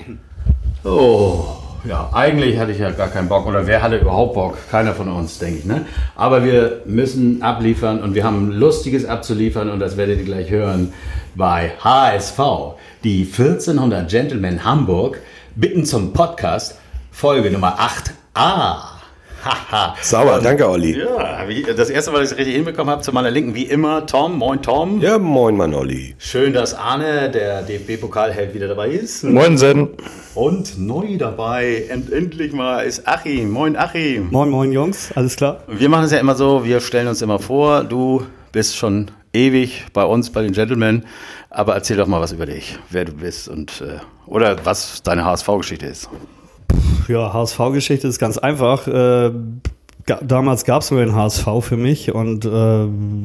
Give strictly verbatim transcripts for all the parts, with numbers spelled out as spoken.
Oh, ja, eigentlich hatte ich ja gar keinen Bock. Oder wer hatte überhaupt Bock? Keiner von uns, denke ich, ne? Aber wir müssen abliefern und wir haben Lustiges abzuliefern und das werdet ihr gleich hören bei H S V. Die vierzehnhundert Gentlemen Hamburg bitten zum Podcast, Folge Nummer acht a. Haha. Sauber, und, danke Olli. Ja, wie, das erste, was ich richtig hinbekommen habe, zu meiner Linken wie immer Tom. Moin Tom. Ja, moin Mann Olli. Schön, dass Arne, der D F B-Pokalheld, wieder dabei ist. Moinsen. Und neu dabei, end, endlich mal, ist Achim. Moin Achim. Moin, moin Jungs, alles klar? Wir machen es ja immer so, wir stellen uns immer vor, du bist schon ewig bei uns, bei den Gentlemen, aber erzähl doch mal was über dich, wer du bist und äh, oder was deine H S V-Geschichte ist. Ja, H S V-Geschichte ist ganz einfach. Äh, ga, damals gab es nur den H S V für mich und äh,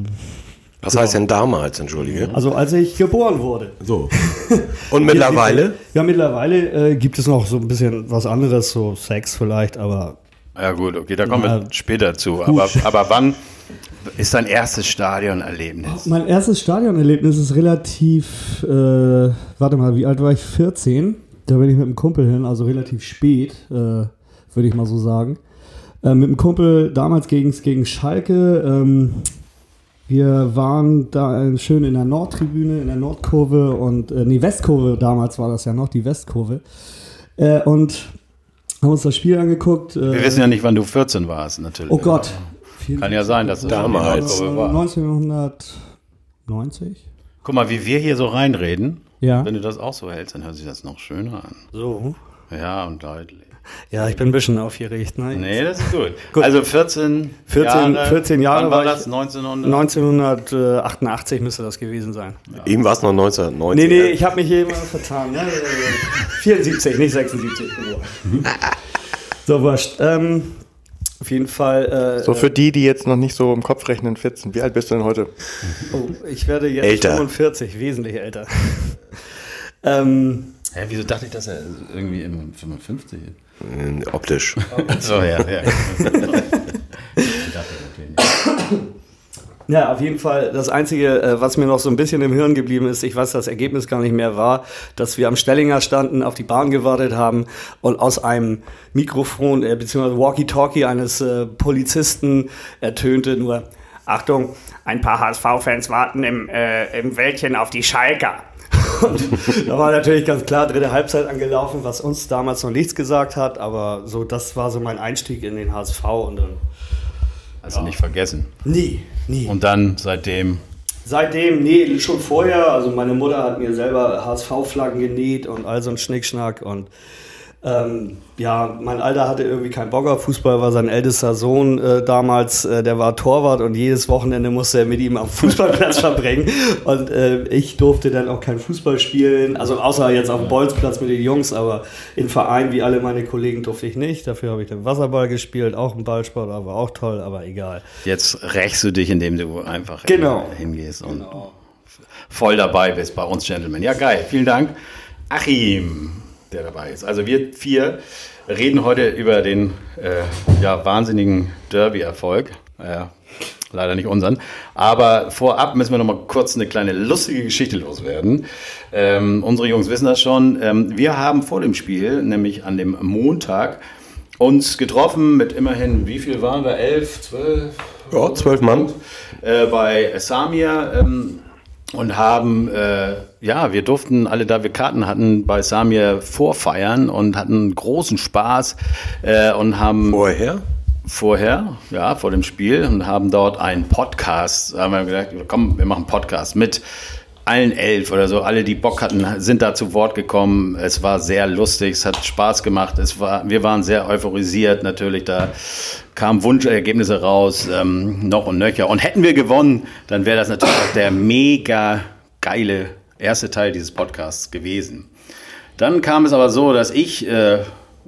was heißt denn damals, entschuldige? Also als ich geboren wurde. So. Und mittlerweile? Ja, mittlerweile äh, gibt es noch so ein bisschen was anderes, so Sex vielleicht, aber... Ja gut, okay, da kommen ja, wir später zu. Aber, aber wann ist dein erstes Stadionerlebnis? Mein erstes Stadionerlebnis ist relativ, äh, warte mal, wie alt war ich? vierzehn. Da bin ich mit einem Kumpel hin, also relativ spät, äh, würde ich mal so sagen. Äh, mit einem Kumpel damals gegen, gegen Schalke. Ähm, wir waren da schön in der Nordtribüne, in der Nordkurve und, äh, nee, Westkurve, damals war das ja noch, die Westkurve. Äh, und haben uns das Spiel angeguckt. Äh, wir wissen ja nicht, wann du vierzehn warst, natürlich. Oh Gott. Kann ja sein, dass es damals war. neunzehnhundertneunzig. Guck mal, wie wir hier so reinreden. Ja. Wenn du das auch so hältst, dann hört sich das noch schöner an. So. Ja, und deutlich. Ja, ich bin ein bisschen aufgeregt. Ne? Nee, das ist gut. gut. Also vierzehn, vierzehn Jahre. vierzehn Jahre wann war war das? neunzehnhundert? neunzehnhundertachtundachtzig müsste das gewesen sein. Ja. Eben war es noch neunzehnhundertneunzig. Nee, nee, ich habe mich hier immer vertan. Ne? vierundsiebzig, nicht sechsundsiebzig. So, wurscht. Ähm, auf jeden Fall. Äh, so für die, die jetzt noch nicht so im Kopf rechnen, vierzehn. Wie alt bist du denn heute? Oh, ich werde jetzt älter. fünfundvierzig, wesentlich älter. ähm, Hä, wieso dachte ich, dass er irgendwie im fünfundfünfzig ist? Äh, optisch. So, ja, ja. Ja, auf jeden Fall. Das Einzige, was mir noch so ein bisschen im Hirn geblieben ist, ich weiß, das Ergebnis gar nicht mehr war, dass wir am Stellinger standen, auf die Bahn gewartet haben und aus einem Mikrofon äh, bzw. Walkie-Talkie eines äh, Polizisten ertönte nur: Achtung, ein paar H S V-Fans warten im, äh, im Wäldchen auf die Schalker. Und da war natürlich ganz klar dritte Halbzeit angelaufen, was uns damals noch nichts gesagt hat, aber so, das war so mein Einstieg in den H S V und dann. Also ja. Nicht vergessen. Nie, nie. Und dann seitdem? Seitdem, nee, schon vorher. Also meine Mutter hat mir selber H S V-Flaggen genäht und all so ein Schnickschnack. Und ähm, ja, mein Alter hatte irgendwie keinen Bock auf Fußball, war sein ältester Sohn äh, damals, äh, der war Torwart und jedes Wochenende musste er mit ihm am Fußballplatz verbringen. Und äh, ich durfte dann auch kein Fußball spielen, also außer jetzt auf dem Bolzplatz mit den Jungs, aber im Verein wie alle meine Kollegen durfte ich nicht. Dafür habe ich dann Wasserball gespielt, auch ein Ballsport, aber auch toll, aber egal. Jetzt rächst du dich, indem du einfach genau. hingehst und genau. voll dabei bist bei uns Gentlemen. Ja, geil, vielen Dank. Achim, der dabei ist. Also wir vier reden heute über den äh, ja, wahnsinnigen Derby-Erfolg. Äh, leider nicht unseren. Aber vorab müssen wir noch mal kurz eine kleine lustige Geschichte loswerden. Ähm, unsere Jungs wissen das schon. Ähm, wir haben vor dem Spiel, nämlich an dem Montag, uns getroffen mit immerhin, wie viel waren wir? Elf, zwölf? Ja, zwölf Mann. Äh, bei Samir. Ähm, Und haben, äh, ja, wir durften alle, da wir Karten hatten, bei Samir vorfeiern und hatten großen Spaß äh, und haben... Vorher? Vorher, ja, vor dem Spiel und haben dort einen Podcast, da haben wir gesagt, komm, wir machen einen Podcast mit allen elf oder so, alle, die Bock hatten, sind da zu Wort gekommen. Es war sehr lustig, es hat Spaß gemacht, es war, wir waren sehr euphorisiert natürlich, da kamen Wunschergebnisse raus, ähm, noch und nöcher. Und hätten wir gewonnen, dann wäre das natürlich auch der mega geile erste Teil dieses Podcasts gewesen. Dann kam es aber so, dass ich äh,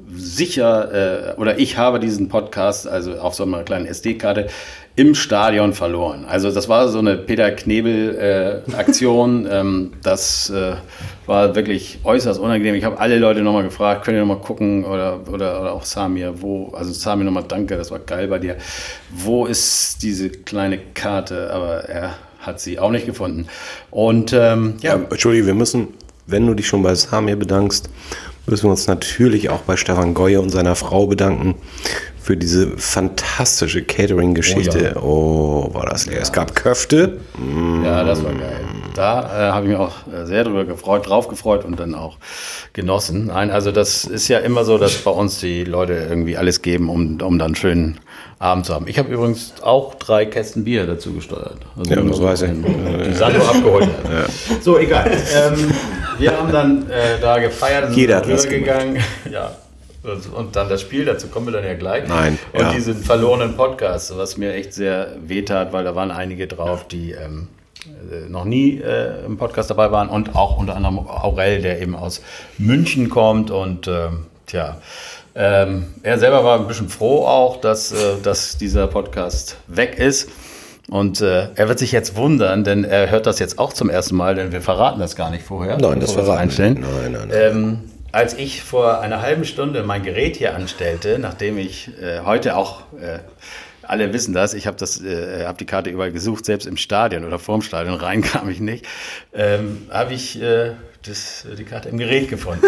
sicher, äh, oder ich habe diesen Podcast, also auf so einer kleinen S D-Karte, im Stadion verloren. Also das war so eine Peter Knebel-Aktion. Äh, ähm, das äh, war wirklich äußerst unangenehm. Ich habe alle Leute nochmal gefragt, könnt ihr nochmal gucken, oder, oder, oder auch Samir, wo, also Samir nochmal danke, das war geil bei dir. Wo ist diese kleine Karte? Aber er hat sie auch nicht gefunden. Und ähm, ja. ja. Entschuldige, wir müssen, wenn du dich schon bei Samir bedankst, müssen wir uns natürlich auch bei Stefan Goye und seiner Frau bedanken für diese fantastische Catering-Geschichte. Oh, ja. oh, war das leer. Ja. Es gab Köfte. Mm. Ja, das war geil. Da äh, habe ich mich auch sehr drüber gefreut, drauf gefreut und dann auch genossen. Nein, also das ist ja immer so, dass bei uns die Leute irgendwie alles geben, um, um dann einen schönen Abend zu haben. Ich habe übrigens auch drei Kästen Bier dazu gesteuert. Also ja, das weiß ich. Die Sandro abgeholt hat. Ja. So, egal. Ähm, wir haben dann äh, da gefeiert und Jeder sind rübergegangen. Ja. Und dann das Spiel, dazu kommen wir dann ja gleich. Nein. Und ja. diesen verlorenen Podcast, was mir echt sehr wehtat, weil da waren einige drauf, die ähm, noch nie äh, im Podcast dabei waren und auch unter anderem Aurel, der eben aus München kommt und ähm, tja, ähm, er selber war ein bisschen froh auch, dass, äh, dass dieser Podcast weg ist. Und äh, er wird sich jetzt wundern, denn er hört das jetzt auch zum ersten Mal, denn wir verraten das gar nicht vorher. Nein, das verraten wir nicht. Nein, nein, nein. Ähm, Als ich vor einer halben Stunde mein Gerät hier anstellte, nachdem ich äh, heute auch, äh, alle wissen das, ich habe äh, hab die Karte überall gesucht, selbst im Stadion oder vorm Stadion, rein kam ich nicht, ähm, habe ich äh, das, die Karte im Gerät gefunden.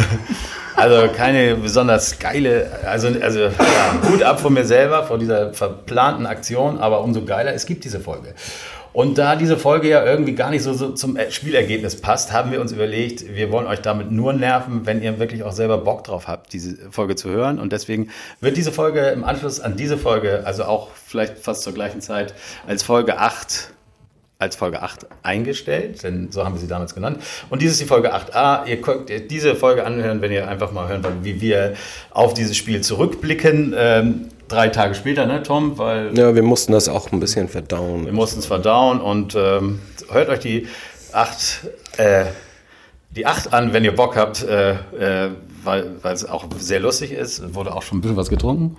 Also keine besonders geile, also, also ja, Hut ab von mir selber, vor dieser verplanten Aktion, aber umso geiler, es gibt diese Folge. Und da diese Folge ja irgendwie gar nicht so, so zum Spielergebnis passt, haben wir uns überlegt, wir wollen euch damit nur nerven, wenn ihr wirklich auch selber Bock drauf habt, diese Folge zu hören. Und deswegen wird diese Folge im Anschluss an diese Folge, also auch vielleicht fast zur gleichen Zeit, als Folge acht, als Folge acht eingestellt, denn so haben wir sie damals genannt. Und dies ist die Folge acht a. Ihr könnt diese Folge anhören, wenn ihr einfach mal hören wollt, wie wir auf dieses Spiel zurückblicken. Ähm, Drei Tage später, ne, Tom? Weil ja, wir mussten das auch ein bisschen verdauen. Wir mussten es verdauen und ähm, hört euch die acht, äh, die acht an, wenn ihr Bock habt, äh, äh, weil es auch sehr lustig ist. Wurde auch schon ein bisschen was getrunken.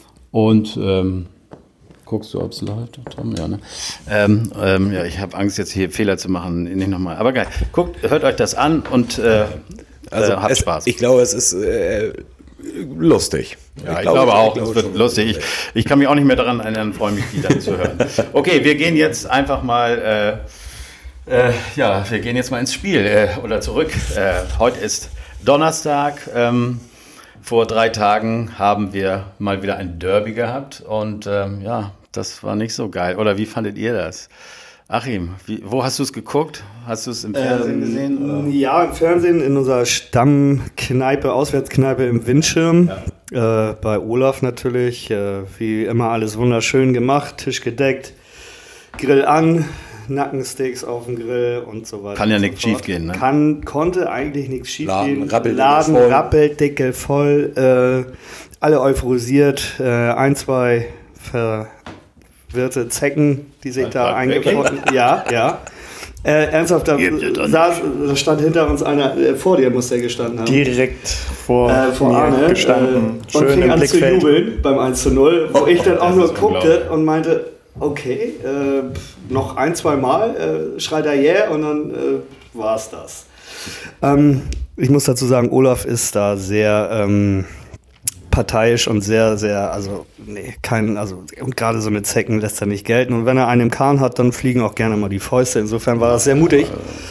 Und ähm, guckst du, ob es läuft, Tom? Ja, ne? Ähm, ähm, ja, ich habe Angst, jetzt hier Fehler zu machen. Nicht nochmal. Aber geil. Guckt, hört euch das an und äh, also äh, habt es, Spaß. Ich glaube, es ist äh, lustig. Ja, ich, ich glaube, glaube auch, ich glaube, es wird lustig. Ich, ich kann mich auch nicht mehr daran erinnern, freue mich, die dann zu hören. Okay, wir gehen jetzt einfach mal, äh, äh, ja, wir gehen jetzt mal ins Spiel äh, oder zurück. Äh, heute ist Donnerstag. Ähm, vor drei Tagen haben wir mal wieder ein Derby gehabt und ähm, ja, das war nicht so geil. Oder wie fandet ihr das? Achim, wie, wo hast du es geguckt? Hast du es im Fernsehen ähm, gesehen? Oder? Ja, im Fernsehen, in unserer Stammkneipe, Auswärtskneipe im Windschirm. Ja. Äh, bei Olaf natürlich. Äh, wie immer alles wunderschön gemacht, Tisch gedeckt, Grill an, Nackensteaks auf dem Grill und so weiter. Kann ja nichts schief gehen, ne? Kann, konnte eigentlich nichts schief Laden, gehen. Rappeldeckel Laden, voll. Rappeldeckel voll. Äh, alle euphorisiert. Äh, ein, zwei ver Wirte Zecken, die sich da eingefunden. Ja, ja. Äh, ernsthaft, da, saß, da stand hinter uns einer, äh, vor dir muss der gestanden haben. Direkt vor, äh, vor mir Arne, gestanden. Äh, und fing an zu jubeln beim eins zu null, wo ich dann auch nur guckte und meinte, okay, äh, noch ein, zwei Mal äh, schreit er yeah und dann äh, war es das. Ähm, ich muss dazu sagen, Olaf ist da sehr ähm, parteiisch und sehr, sehr, also, nee, kein, also, und gerade so mit Zecken lässt er nicht gelten. Und wenn er einen im Kahn hat, dann fliegen auch gerne mal die Fäuste. Insofern war das sehr mutig.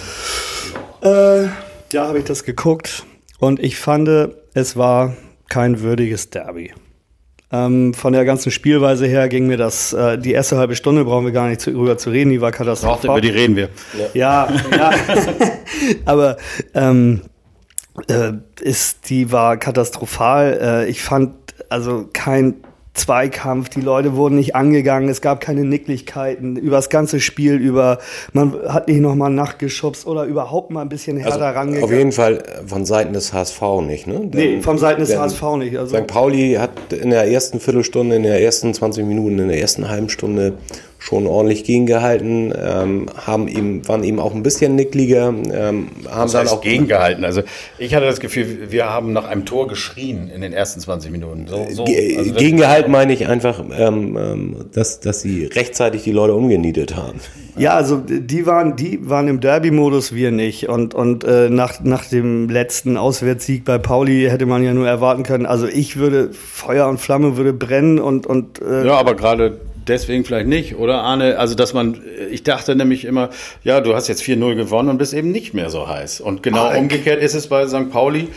Äh, ja, habe ich das geguckt und ich fand, es war kein würdiges Derby. Ähm, von der ganzen Spielweise her ging mir das, äh, die erste halbe Stunde brauchen wir gar nicht drüber zu reden, die war katastrophal. Doch, über die reden wir. Ja, ja, ja. aber, ähm, Äh, ist, die war katastrophal. Äh, ich fand also kein Zweikampf, die Leute wurden nicht angegangen, es gab keine Nicklichkeiten über das ganze Spiel, über man hat nicht nochmal nachgeschubst oder überhaupt mal ein bisschen härter also rangegangen. Auf jeden Fall von Seiten des H S V nicht, ne? Denn, nee, von Seiten des H S V nicht. Also Sankt Pauli hat in der ersten Viertelstunde, in der ersten zwanzig Minuten, in der ersten halben Stunde schon ordentlich gegengehalten, ähm, haben ihm, waren ihm auch ein bisschen nickliger. Ähm, haben das heißt dann auch gegengehalten. Also ich hatte das Gefühl, wir haben nach einem Tor geschrien in den ersten zwanzig Minuten. So, so, Ge- also gegengehalten meine ich einfach, ähm, dass, dass sie rechtzeitig die Leute umgenietet haben. Ja, also die waren, die waren im Derby-Modus, wir nicht. Und, und äh, nach, nach dem letzten Auswärtssieg bei Pauli hätte man ja nur erwarten können, also ich würde, Feuer und Flamme würde brennen und... und äh, ja, aber gerade deswegen vielleicht nicht, oder Arne? Also, dass man, ich dachte nämlich immer, ja, du hast jetzt vier null gewonnen und bist eben nicht mehr so heiß. Und genau Ach, umgekehrt ist es bei Sankt Pauli.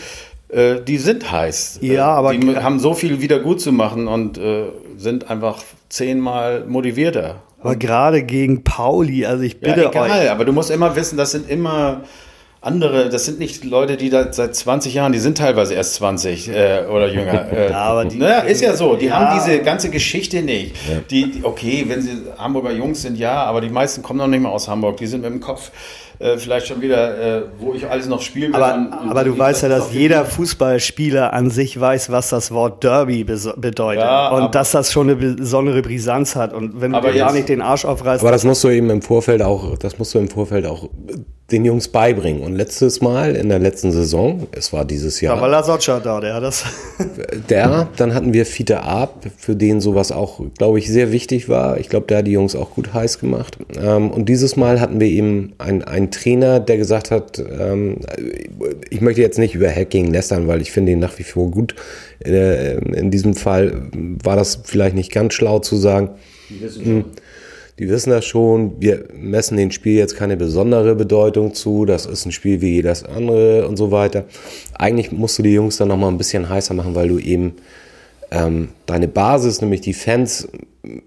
äh, die sind heiß. Ja, aber die haben so viel wieder gut zu machen und äh, sind einfach zehnmal motivierter. Aber gerade gegen Pauli, also ich bitte ja, egal, euch. aber du musst immer wissen, das sind immer andere, das sind nicht Leute, die da seit zwanzig Jahren, die sind teilweise erst zwanzig äh, oder jünger. Äh, ja, aber die, naja, ist ja so, die ja. haben diese ganze Geschichte nicht. Ja. Die, die, okay, wenn sie Hamburger Jungs sind, ja, aber die meisten kommen noch nicht mal aus Hamburg, die sind mit dem Kopf äh, vielleicht schon wieder, äh, wo ich alles noch spielen will. Aber, und, und aber du weißt ja, dass jeder Fußballspieler an sich weiß, was das Wort Derby bedeutet. Ja, und aber, dass das schon eine besondere Brisanz hat. Und wenn du dir gar nicht den Arsch aufreißt. Aber das musst du eben im Vorfeld auch, das musst du im Vorfeld auch den Jungs beibringen. Und letztes Mal, in der letzten Saison, es war dieses Jahr. Da war Lasoccia da, der hat das. Der, dann hatten wir Fiete Arp, für den sowas auch, glaube ich, sehr wichtig war. Ich glaube, der hat die Jungs auch gut heiß gemacht. Und dieses Mal hatten wir eben einen, einen Trainer, der gesagt hat, ich möchte jetzt nicht über Hacking lästern, weil ich finde ihn nach wie vor gut. In diesem Fall war das vielleicht nicht ganz schlau zu sagen. Die wissen schon. Die wissen das schon, wir messen dem Spiel jetzt keine besondere Bedeutung zu, das ist ein Spiel wie jedes andere und so weiter. Eigentlich musst du die Jungs dann nochmal ein bisschen heißer machen, weil du eben ähm, deine Basis, nämlich die Fans, äh,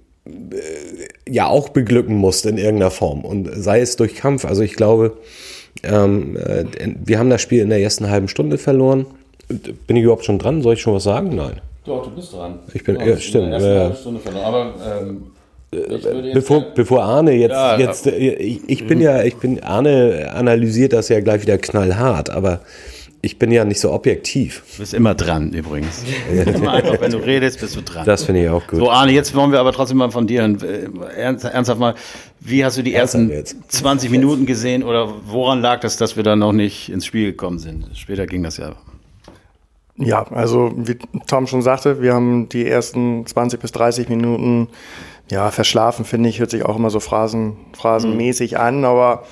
ja auch beglücken musst in irgendeiner Form und sei es durch Kampf. Also ich glaube, ähm, äh, wir haben das Spiel in der ersten halben Stunde verloren. Bin ich überhaupt schon dran? Soll ich schon was sagen? Nein. Doch, du bist dran. Ich bin, ja, ja, stimmt. In der ersten halben Stunde verloren, aber ähm Bevor, bevor Arne jetzt, ja, jetzt ich, ich bin ja, ich bin, Arne analysiert das ja gleich wieder knallhart, aber ich bin ja nicht so objektiv. Du bist immer dran übrigens. Immer einfach, wenn du redest, bist du dran. Das finde ich auch gut. So Arne, jetzt wollen wir aber trotzdem mal von dir ernst, ernsthaft mal, wie hast du die ersten zwanzig Minuten gesehen oder woran lag das, dass wir da noch nicht ins Spiel gekommen sind? Später ging das ja. Ja, also wie Tom schon sagte, wir haben die ersten zwanzig bis dreißig Minuten ja, verschlafen, finde ich, hört sich auch immer so phrasen, phrasenmäßig an, aber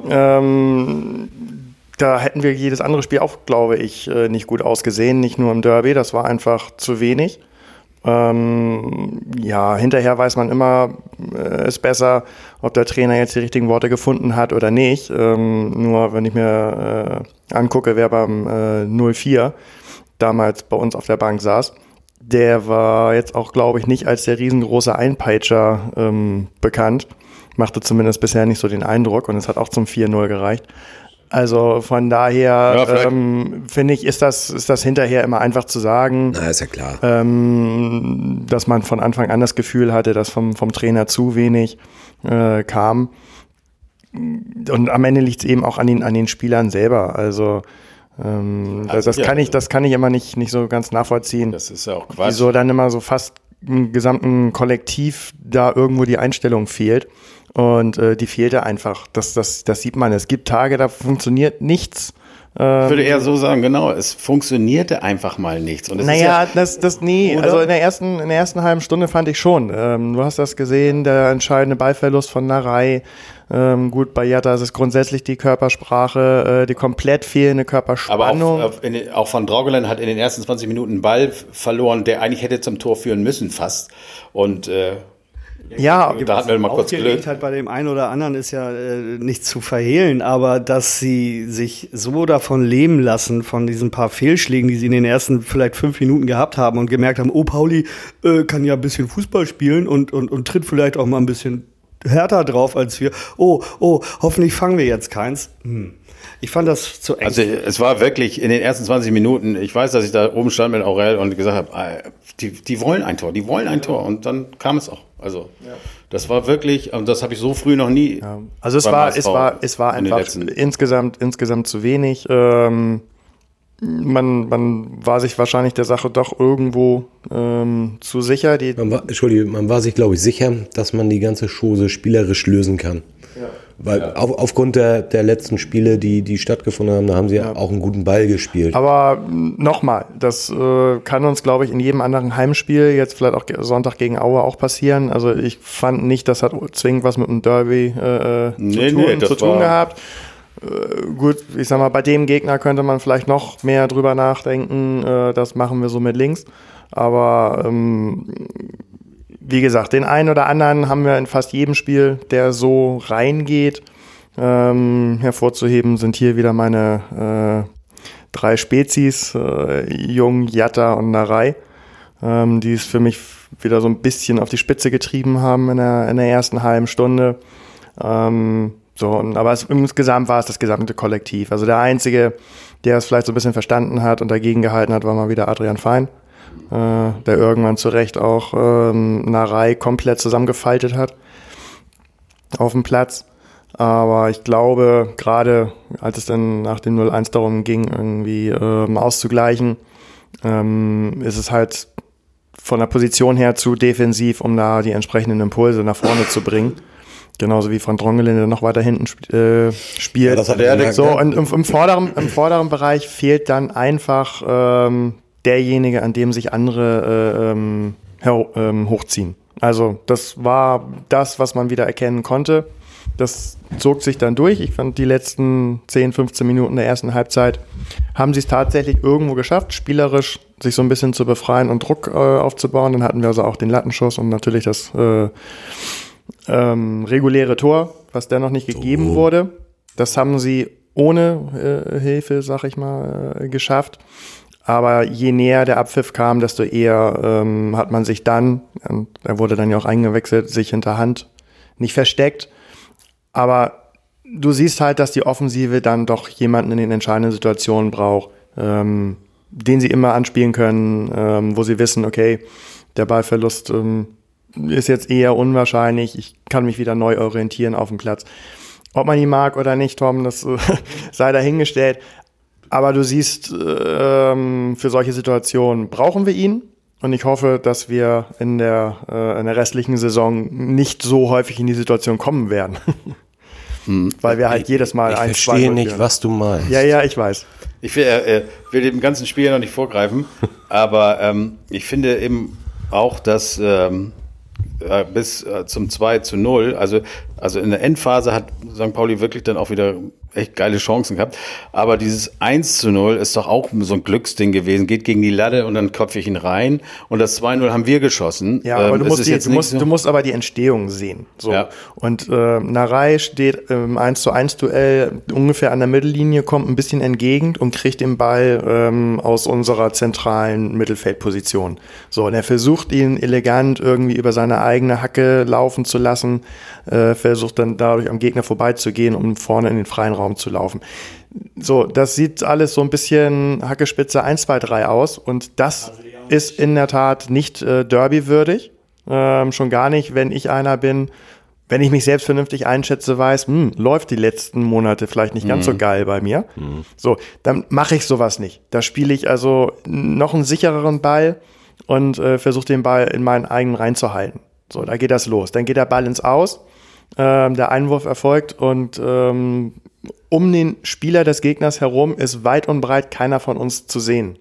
ähm, da hätten wir jedes andere Spiel auch, glaube ich, nicht gut ausgesehen, nicht nur im Derby, das war einfach zu wenig. Ähm, ja, hinterher weiß man immer, äh, ist besser, ob der Trainer jetzt die richtigen Worte gefunden hat oder nicht. Ähm, nur wenn ich mir äh, angucke, wer beim äh, null vier damals bei uns auf der Bank saß, der war jetzt auch, glaube ich, nicht als der riesengroße Einpeitscher ähm, bekannt. Machte zumindest bisher nicht so den Eindruck und es hat auch zum vier null gereicht. Also von daher ja, ähm, finde ich, ist das, ist das hinterher immer einfach zu sagen. Na, ist ja klar. Ähm, dass man von Anfang an das Gefühl hatte, dass vom, vom Trainer zu wenig äh, kam. Und am Ende liegt es eben auch an den, an den Spielern selber. Also Ähm, also, das, das, ja, kann ich, das kann ich immer nicht, nicht so ganz nachvollziehen. Das ist ja auch Quatsch. Wieso dann immer so fast im gesamten Kollektiv da irgendwo die Einstellung fehlt. Und äh, die fehlte einfach. Das, das, das sieht man. Es gibt Tage, da funktioniert nichts. Ähm, ich würde eher so sagen, genau, es funktionierte einfach mal nichts. Und das naja, ist ja, das, das nie. Oder? Also in der ersten, in der ersten halben Stunde fand ich schon. Ähm, du hast das gesehen, der entscheidende Ballverlust von Narei. Ähm, gut, bei Jatta ist es grundsätzlich die Körpersprache, äh, die komplett fehlende Körperspannung. Aber auch, in, auch von Draugelen hat in den ersten zwanzig Minuten einen Ball verloren, der eigentlich hätte zum Tor führen müssen fast. Und äh, ja, da hatten wir mal kurz Glück. Halt bei dem einen oder anderen ist ja äh, nicht zu verhehlen, aber dass sie sich so davon leben lassen, von diesen paar Fehlschlägen, die sie in den ersten vielleicht fünf Minuten gehabt haben und gemerkt haben, oh, Pauli äh, kann ja ein bisschen Fußball spielen und, und, und tritt vielleicht auch mal ein bisschen härter drauf als wir. Oh, oh, hoffentlich fangen wir jetzt keins. Hm. Ich fand das zu eng. Also es war wirklich in den ersten zwanzig Minuten, ich weiß, dass ich da oben stand mit Aurel und gesagt habe, die, die wollen ein Tor, die wollen ein Tor. Und dann kam es auch. Also ja. Das war wirklich, und das habe ich so früh noch nie. Ja. Also es war, es war, es war einfach insgesamt, insgesamt zu wenig. Ähm, man, man war sich wahrscheinlich der Sache doch irgendwo ähm, zu sicher. Die man war, Entschuldigung, man war sich, glaube ich, sicher, dass man die ganze Chose spielerisch lösen kann. Ja. Weil ja. auf, aufgrund der, der letzten Spiele, die, die stattgefunden haben, da haben sie ja auch einen guten Ball gespielt. Aber nochmal, das äh, kann uns, glaube ich, in jedem anderen Heimspiel, jetzt vielleicht auch Sonntag gegen Aue auch passieren. Also ich fand nicht, das hat zwingend was mit dem Derby äh, nee, zu tun, nee, zu tun gehabt. Äh, gut, ich sag mal, bei dem Gegner könnte man vielleicht noch mehr drüber nachdenken. Äh, das machen wir so mit links. Aber ähm, wie gesagt, den einen oder anderen haben wir in fast jedem Spiel, der so reingeht. Ähm, hervorzuheben sind hier wieder meine äh, drei Spezies, äh, Jung, Jatta und Narei, ähm, die es für mich wieder so ein bisschen auf die Spitze getrieben haben in der, in der ersten halben Stunde. Ähm, so, und, aber es, insgesamt war es das gesamte Kollektiv. Also der Einzige, der es vielleicht so ein bisschen verstanden hat und dagegen gehalten hat, war mal wieder Adrian Fein, äh, der irgendwann zu Recht auch ähm, Narei komplett zusammengefaltet hat auf dem Platz. Aber ich glaube, gerade als es dann nach dem null eins darum ging, irgendwie ähm, auszugleichen, ähm, ist es halt von der Position her zu defensiv, um da die entsprechenden Impulse nach vorne zu bringen. Genauso wie von Drongelin, der noch weiter hinten sp- äh, spielt. Ja, das hat er so, und im, im, vorderen, im vorderen Bereich fehlt dann einfach ähm, derjenige, an dem sich andere äh, ähm, her- ähm, hochziehen. Also das war das, was man wieder erkennen konnte. Das zog sich dann durch. Ich fand, die letzten zehn, fünfzehn Minuten der ersten Halbzeit haben sie es tatsächlich irgendwo geschafft, spielerisch sich so ein bisschen zu befreien und Druck äh, aufzubauen. Dann hatten wir also auch den Lattenschuss und natürlich das äh, ähm, reguläre Tor, was dennoch nicht gegeben oh. wurde. Das haben sie ohne äh, Hilfe, sag ich mal, äh, geschafft. Aber je näher der Abpfiff kam, desto eher ähm, hat man sich dann, und er wurde dann ja auch eingewechselt, sich hinter Hand nicht versteckt. Aber du siehst halt, dass die Offensive dann doch jemanden in den entscheidenden Situationen braucht, ähm, den sie immer anspielen können, ähm, wo sie wissen, okay, der Ballverlust ähm, ist jetzt eher unwahrscheinlich, ich kann mich wieder neu orientieren auf dem Platz. Ob man ihn mag oder nicht, Tom, das äh, sei dahingestellt. Aber du siehst, ähm, für solche Situationen brauchen wir ihn. Und ich hoffe, dass wir in der, äh, in der restlichen Saison nicht so häufig in die Situation kommen werden. Hm. Weil wir halt ich, jedes Mal ich ein, zwei... Ich verstehe nicht, was du meinst. Ja, ja, ich weiß. Ich will, äh, will dem ganzen Spiel noch nicht vorgreifen, aber ähm, ich finde eben auch, dass ähm, äh, bis äh, zum zwei zu null, also, also in der Endphase hat Sankt Pauli wirklich dann auch wieder echt geile Chancen gehabt. Aber dieses eins zu null ist doch auch so ein Glücksding gewesen. Geht gegen die Latte und dann köpfe ich ihn rein. Und das zwei null haben wir geschossen. Ja, aber ähm, du, musst die, du, musst, so du musst aber die Entstehung sehen. So. Ja. Und äh, Narei steht im eins zu eins Duell ungefähr an der Mittellinie, kommt ein bisschen entgegen und kriegt den Ball ähm, aus unserer zentralen Mittelfeldposition. So, und er versucht ihn elegant irgendwie über seine eigene Hacke laufen zu lassen, äh, versucht dann dadurch am Gegner vorbeizugehen, um vorne in den freien Raum zu laufen. So, das sieht alles so ein bisschen Hackespitze eins, zwei, drei aus und das ist in der Tat nicht äh, Derby-würdig. Ähm, schon gar nicht, wenn ich einer bin, wenn ich mich selbst vernünftig einschätze, weiß, hm, läuft die letzten Monate vielleicht nicht ganz mhm. so geil bei mir. Mhm. So, dann mache ich sowas nicht. Da spiele ich also noch einen sichereren Ball und äh, versuche den Ball in meinen eigenen reinzuhalten. So, da geht das los. Dann geht der Ball ins Aus, ähm, der Einwurf erfolgt und ähm, um den Spieler des Gegners herum ist weit und breit keiner von uns zu sehen.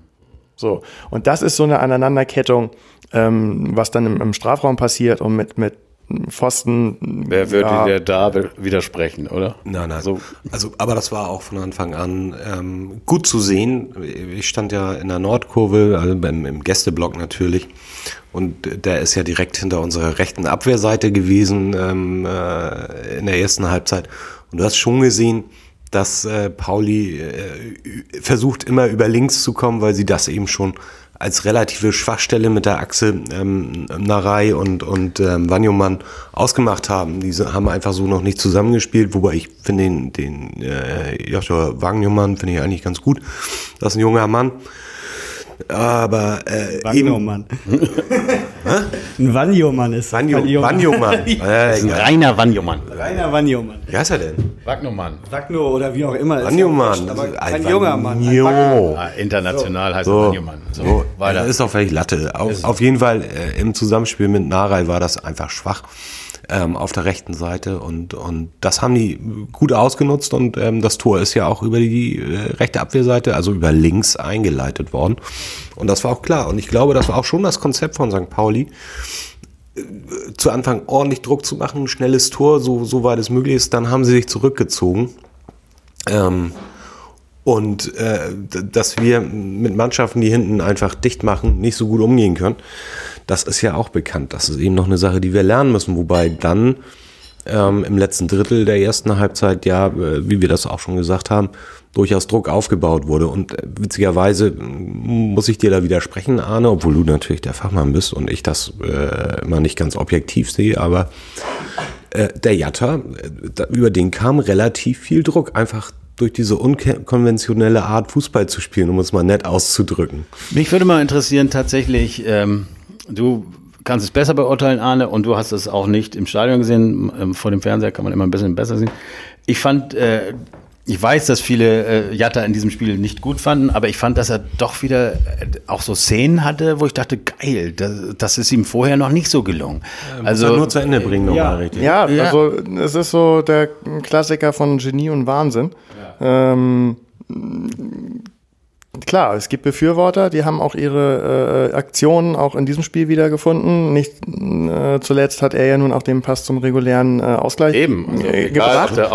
So, und das ist so eine Aneinanderkettung, ähm, was dann im, im Strafraum passiert und mit, mit Pfosten. Wer würde ja, dir da widersprechen, oder? Nein, nein. So. Also, aber das war auch von Anfang an ähm, gut zu sehen. Ich stand ja in der Nordkurve, also im, im Gästeblock natürlich. Und der ist ja direkt hinter unserer rechten Abwehrseite gewesen ähm, äh, in der ersten Halbzeit. Und du hast schon gesehen, dass äh, Pauli äh, versucht, immer über links zu kommen, weil sie das eben schon als relative Schwachstelle mit der Achse ähm, Narei und, und ähm, Wanjoman ausgemacht haben. Diese haben einfach so noch nicht zusammengespielt, wobei ich finde den, den äh, Joshua Wanjoman finde ich eigentlich ganz gut. Das ist ein junger Mann. Aber äh, Wanjoman. Ein Wanjoman ist Wanjoman. Ja, ist ein reiner Wanjoman. Reiner Wanjoman. Wie heißt er denn? Wagnoman. Wagno oder wie auch immer. Wanjoman. Aber kein junger Mann. Ah, international so. heißt er so. Wanjoman. So, so. Weiter. Das ist auch völlig Latte. Auf, auf jeden Fall äh, im Zusammenspiel mit Narei war das einfach schwach. Ähm, auf der rechten Seite und und das haben die gut ausgenutzt und ähm, das Tor ist ja auch über die äh, rechte Abwehrseite, also über links eingeleitet worden und das war auch klar und ich glaube, das war auch schon das Konzept von Sankt Pauli, äh, zu Anfang ordentlich Druck zu machen, ein schnelles Tor, so, so weit es möglich ist, dann haben sie sich zurückgezogen ähm, und äh, dass wir mit Mannschaften, die hinten einfach dicht machen, nicht so gut umgehen können. Das ist ja auch bekannt. Das ist eben noch eine Sache, die wir lernen müssen. Wobei dann ähm, im letzten Drittel der ersten Halbzeit ja, äh, wie wir das auch schon gesagt haben, durchaus Druck aufgebaut wurde. Und äh, witzigerweise muss ich dir da widersprechen, Arne, obwohl du natürlich der Fachmann bist und ich das äh, immer nicht ganz objektiv sehe, aber äh, der Jatta, äh, da, über den kam relativ viel Druck, einfach durch diese unkonventionelle Art Fußball zu spielen, um es mal nett auszudrücken. Mich würde mal interessieren, tatsächlich, ähm, du kannst es besser beurteilen, Arne, und du hast es auch nicht im Stadion gesehen. Ähm, vor dem Fernseher kann man immer ein bisschen besser sehen. Ich fand, äh, ich weiß, dass viele äh, Jatta in diesem Spiel nicht gut fanden, aber ich fand, dass er doch wieder äh, auch so Szenen hatte, wo ich dachte, geil, das, das ist ihm vorher noch nicht so gelungen. Ja, also nur zu Ende bringen ja, nochmal richtig. Ja, ja, also es ist so der Klassiker von Genie und Wahnsinn. Ja. Ähm, Klar, es gibt Befürworter, die haben auch ihre äh, Aktionen auch in diesem Spiel wiedergefunden. Nicht äh, zuletzt hat er ja nun auch den Pass zum regulären äh, Ausgleich Eben, also äh, gebracht. Der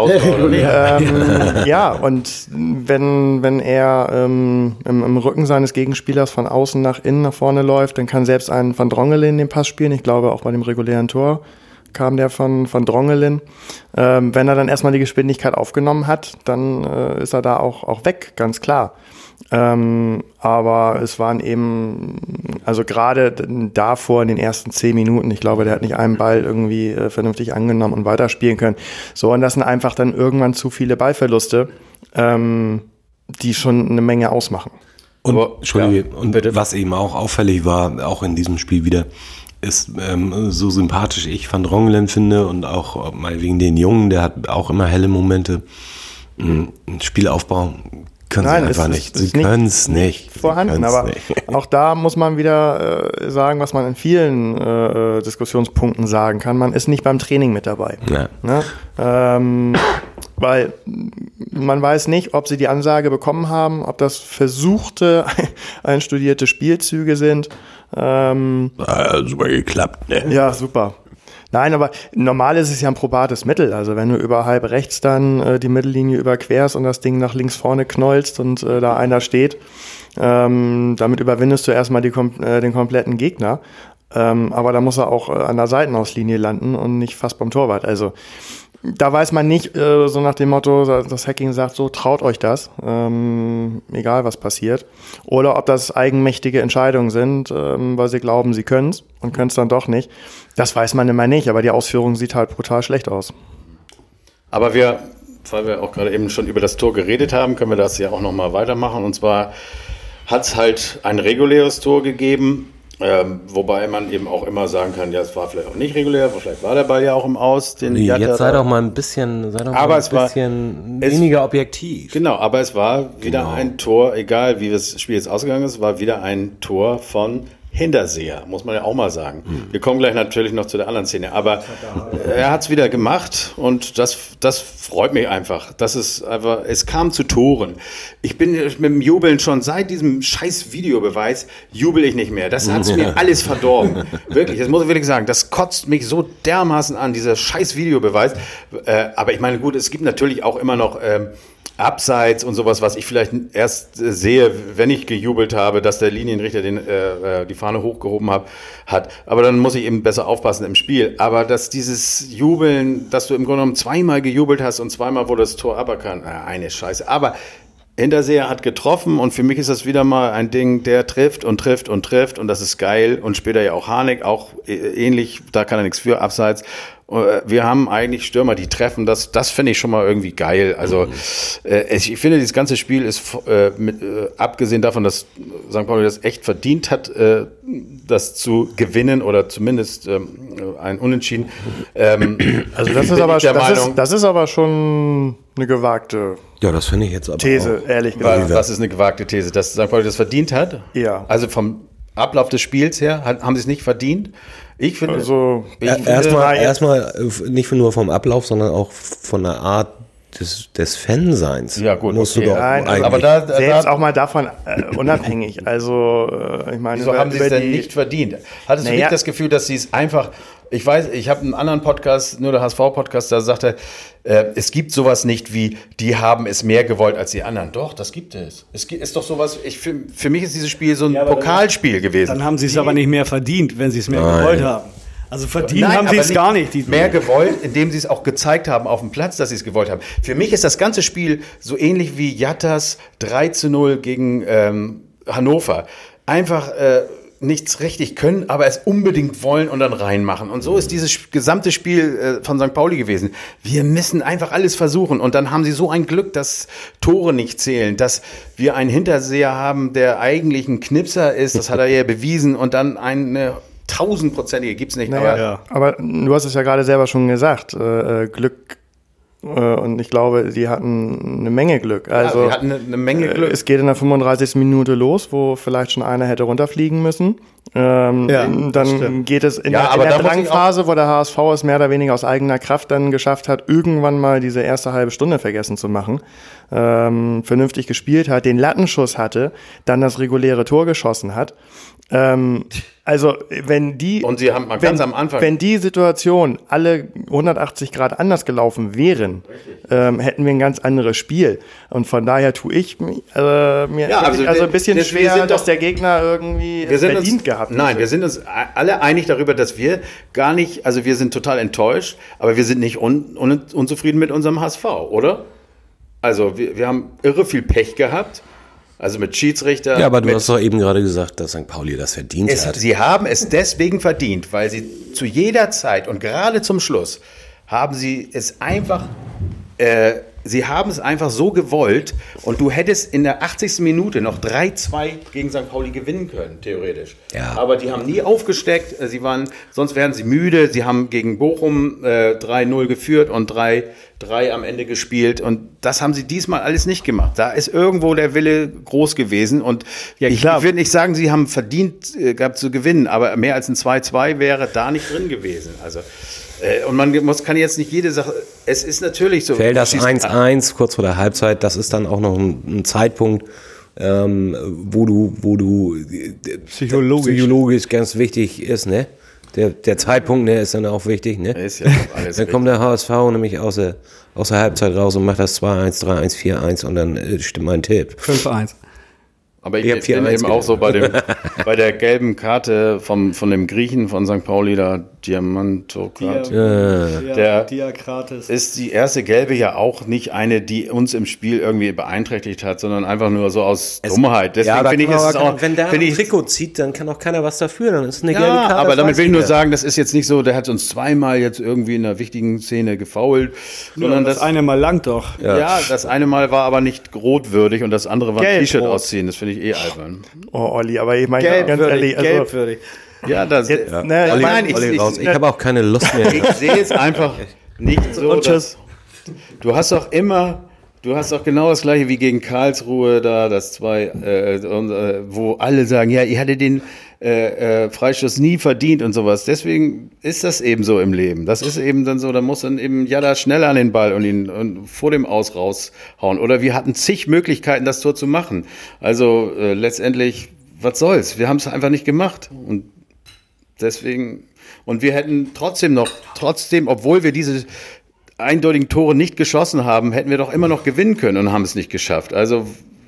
ähm, ja, und wenn, wenn er ähm, im, im Rücken seines Gegenspielers von außen nach innen nach vorne läuft, dann kann selbst ein Van Drongelen den Pass spielen. Ich glaube, auch bei dem regulären Tor kam der von, von Drongelen. Ähm, wenn er dann erstmal die Geschwindigkeit aufgenommen hat, dann äh, ist er da auch, auch weg, ganz klar. Ähm, aber es waren eben, also gerade davor in den ersten zehn Minuten, ich glaube, der hat nicht einen Ball irgendwie äh, vernünftig angenommen und weiterspielen können. So, und das sind einfach dann irgendwann zu viele Ballverluste, ähm, die schon eine Menge ausmachen. Und, aber, Entschuldige, ja, und bitte. Was eben auch auffällig war, auch in diesem Spiel wieder, ist ähm, so sympathisch ich Van Drongelen finde und auch mal wegen den Jungen, der hat auch immer helle Momente. Ein Spielaufbau können Nein, sie einfach es nicht. ist, Sie können es nicht. Vorhanden, aber nicht. Auch da muss man wieder äh, sagen, was man in vielen äh, Diskussionspunkten sagen kann. Man ist nicht beim Training mit dabei. Ja. Ne? Ähm, weil man weiß nicht, ob sie die Ansage bekommen haben, ob das versuchte, einstudierte Spielzüge sind. Ähm, ah, super geklappt, ne? Ja, super. Nein, aber normal ist es ja ein probates Mittel. Also wenn du über halb rechts dann äh, die Mittellinie überquerst und das Ding nach links vorne knollst und äh, da einer steht, ähm, damit überwindest du erstmal die, äh, den kompletten Gegner. Ähm, aber da muss er auch äh, an der Seitenauslinie landen und nicht fast beim Torwart. Also da weiß man nicht, äh, so nach dem Motto, das Hacking sagt so, traut euch das, ähm, egal was passiert. Oder ob das eigenmächtige Entscheidungen sind, ähm, weil sie glauben, sie können es und können es dann doch nicht. Das weiß man immer nicht, aber die Ausführung sieht halt brutal schlecht aus. Aber wir, weil wir auch gerade eben schon über das Tor geredet haben, können wir das ja auch nochmal weitermachen. Und zwar hat es halt ein reguläres Tor gegeben, ähm, wobei man eben auch immer sagen kann, ja, es war vielleicht auch nicht regulär, vielleicht war der Ball ja auch im Aus. Den Nee, Jatta jetzt sei da- doch mal ein bisschen, sei doch Aber mal es ein war- bisschen es- weniger objektiv. Genau, aber es war wieder Genau. ein Tor, egal wie das Spiel jetzt ausgegangen ist, war wieder ein Tor von Hinterseher, muss man ja auch mal sagen. Hm. Wir kommen gleich natürlich noch zu der anderen Szene, aber er hat es wieder gemacht und das, das freut mich einfach. Das ist einfach, es kam zu Toren. Ich bin mit dem Jubeln schon seit diesem scheiß Videobeweis, jubel ich nicht mehr. Das hat es mir alles verdorben. Wirklich, das muss ich wirklich sagen. Das kotzt mich so dermaßen an, dieser scheiß Videobeweis. Äh, aber ich meine, gut, es gibt natürlich auch immer noch ähm, Abseits und sowas, was ich vielleicht erst äh, sehe, wenn ich gejubelt habe, dass der Linienrichter den, äh, die Fahne hochgehoben hab, hat. Aber dann muss ich eben besser aufpassen im Spiel. Aber dass dieses Jubeln, dass du im Grunde genommen zweimal gejubelt hast und zweimal wurde das Tor aberkannt, äh, eine Scheiße. Aber Hinterseher hat getroffen und für mich ist das wieder mal ein Ding, der trifft und trifft und trifft und das ist geil. Und später ja auch Harnik, auch äh, ähnlich, da kann er nichts für, abseits. Wir haben eigentlich Stürmer, die treffen, das, das finde ich schon mal irgendwie geil. Also äh, ich finde, dieses ganze Spiel ist, äh, mit, äh, abgesehen davon, dass Sankt Pauli das echt verdient hat, äh, das zu gewinnen oder zumindest ähm, ein Unentschieden. Ähm, Also das bin ist, aber, ich der das, Meinung, ist, das ist aber schon eine gewagte Ja, das finde ich jetzt aber These, auch. ehrlich was, gesagt. was ist eine gewagte These, dass Sankt Pauli das verdient hat? Ja. Also vom Ablauf des Spiels her, hat, haben sie es nicht verdient? Ich finde, Also, ich Ja, finde erstmal, erstmal äh, nicht nur vom Ablauf, sondern auch von der Art des, des Fanseins. Ja, gut, Musst okay. du doch Nein, eigentlich. aber da, da, selbst da auch mal davon äh, unabhängig. Also, äh, ich meine, Wieso über- haben sie es über denn die- nicht verdient? Hattest du Naja. nicht das Gefühl, dass sie es einfach, ich weiß, ich habe einen anderen Podcast, nur der H S V-Podcast, da sagt er, äh, es gibt sowas nicht wie, die haben es mehr gewollt als die anderen. Doch, das gibt es. Es gibt, ist doch sowas, ich, für, für mich ist dieses Spiel so ein aber dann- Pokalspiel gewesen. Dann haben sie es aber nicht mehr verdient, wenn sie es mehr Nein. gewollt haben. Also verdient haben sie es gar nicht. Die mehr gewollt, indem sie es auch gezeigt haben auf dem Platz, dass sie es gewollt haben. Für mich ist das ganze Spiel so ähnlich wie Jattas drei zu null gegen ähm, Hannover. Einfach äh, nichts richtig können, aber es unbedingt wollen und dann reinmachen. Und so ist dieses gesamte Spiel äh, von Sankt Pauli gewesen. Wir müssen einfach alles versuchen. Und dann haben sie so ein Glück, dass Tore nicht zählen, dass wir einen Hinterseher haben, der eigentlich ein Knipser ist. Das hat er ja bewiesen. Und dann eine tausendprozentige gibt's nicht. Naja, aber, ja. aber du hast es ja gerade selber schon gesagt. Äh, Glück. Und ich glaube, die hatten eine Menge Glück. Also, ja, wir hatten eine, eine Menge Glück. Es geht in der fünfunddreißigsten Minute los, wo vielleicht schon einer hätte runterfliegen müssen. Ähm, ja, dann stimmt. geht es in ja, der, in der da Drangphase, wo der H S V es mehr oder weniger aus eigener Kraft dann geschafft hat, irgendwann mal diese erste halbe Stunde vergessen zu machen. Ähm, vernünftig gespielt hat, den Lattenschuss hatte, dann das reguläre Tor geschossen hat. Ähm, also wenn die und sie haben mal wenn, ganz am Anfang, wenn die Situation alle hundertachtzig Grad anders gelaufen wären, ähm, hätten wir ein ganz anderes Spiel. Und von daher tue ich äh, mir Ja, also also ein bisschen wir- wir schwer, sind dass doch- der Gegner irgendwie wir sind verdient uns, gehabt Nein, hätte. wir sind uns alle einig darüber, dass wir gar nicht, also wir sind total enttäuscht, aber wir sind nicht un, un, unzufrieden mit unserem H S V, oder? Also wir, wir haben irre viel Pech gehabt, also mit Schiedsrichter. Ja, aber du mit, hast doch eben gerade gesagt, dass Sankt Pauli das verdient es, hat. Sie haben es deswegen verdient, weil sie zu jeder Zeit und gerade zum Schluss haben sie es einfach, äh, sie haben es einfach so gewollt und du hättest in der achtzigsten Minute noch drei zwei gegen Sankt Pauli gewinnen können, theoretisch. Ja. Aber die haben nie aufgesteckt, sie waren, sonst wären sie müde, sie haben gegen Bochum äh, drei null geführt und drei drei am Ende gespielt und das haben sie diesmal alles nicht gemacht. Da ist irgendwo der Wille groß gewesen und Ja, ich, klar. ich würde nicht sagen, sie haben verdient äh, gehabt zu gewinnen, aber mehr als ein zwei zwei wäre da nicht drin gewesen. Also äh, und man muss, kann jetzt nicht jede Sache, es ist natürlich so. Fällt das du schießt- eins eins kurz vor der Halbzeit, das ist dann auch noch ein, ein Zeitpunkt, ähm, wo du, wo du äh, Psychologisch. psychologisch ganz wichtig ist, ne? Der, der Zeitpunkt, ne, ist dann auch wichtig, ne? Ist ja alles Dann kommt der H S V nämlich aus der, aus der Halbzeit raus und macht das zwei eins, drei eins, vier eins und dann äh, stimmt mein Tipp. fünf eins. Aber ich, Ich hab ich vier bin eins eben auch so bei, dem, bei der gelben Karte vom, von dem Griechen von Sankt Pauli, da Diamantokrat. Der- Diakrates. Ist die erste gelbe ja auch nicht eine, die uns im Spiel irgendwie beeinträchtigt hat, sondern einfach nur so aus Dummheit. Deswegen da finde ich, kann ist man es aber auch, kein- wenn der finde ein ich, Trikot zieht, dann kann auch keiner was dafür, dann ist es eine gelbe ja, Karte. aber das damit weiß will ich nur jeder. sagen, das ist jetzt nicht so, der hat uns zweimal jetzt irgendwie in einer wichtigen Szene gefault, sondern das das, eine Mal langt doch. ja. das eine Mal war aber nicht rotwürdig und das andere war ein Gelb-rot. T-Shirt ausziehen, das finde ich eh albern. Oh, Olli, aber ich meine ganz Gelbwürdig, ehrlich, also, gelbwürdig. Ja, das, Jetzt, ja. ne, Olli, ich nein, mein, ich, Olli, ich, raus. Ich habe auch keine Lust mehr. ich sehe es einfach nicht so, Und tschüss. dass, du hast doch immer, du hast doch genau das gleiche wie gegen Karlsruhe da, das zwei, äh, und, äh, wo alle sagen, ja, ihr hattet den äh, äh, Freistoß nie verdient und sowas. Deswegen ist das eben so im Leben. Das ist eben dann so, da muss dann eben Jada schneller an den Ball und ihn und vor dem Aus raushauen. Oder wir hatten zig Möglichkeiten, das Tor zu machen. Also äh, letztendlich, was soll's? Wir haben es einfach nicht gemacht. Und deswegen, und wir hätten trotzdem noch, trotzdem, obwohl wir diese eindeutigen Tore nicht geschossen haben, hätten wir doch immer noch gewinnen können und haben es nicht geschafft. Also,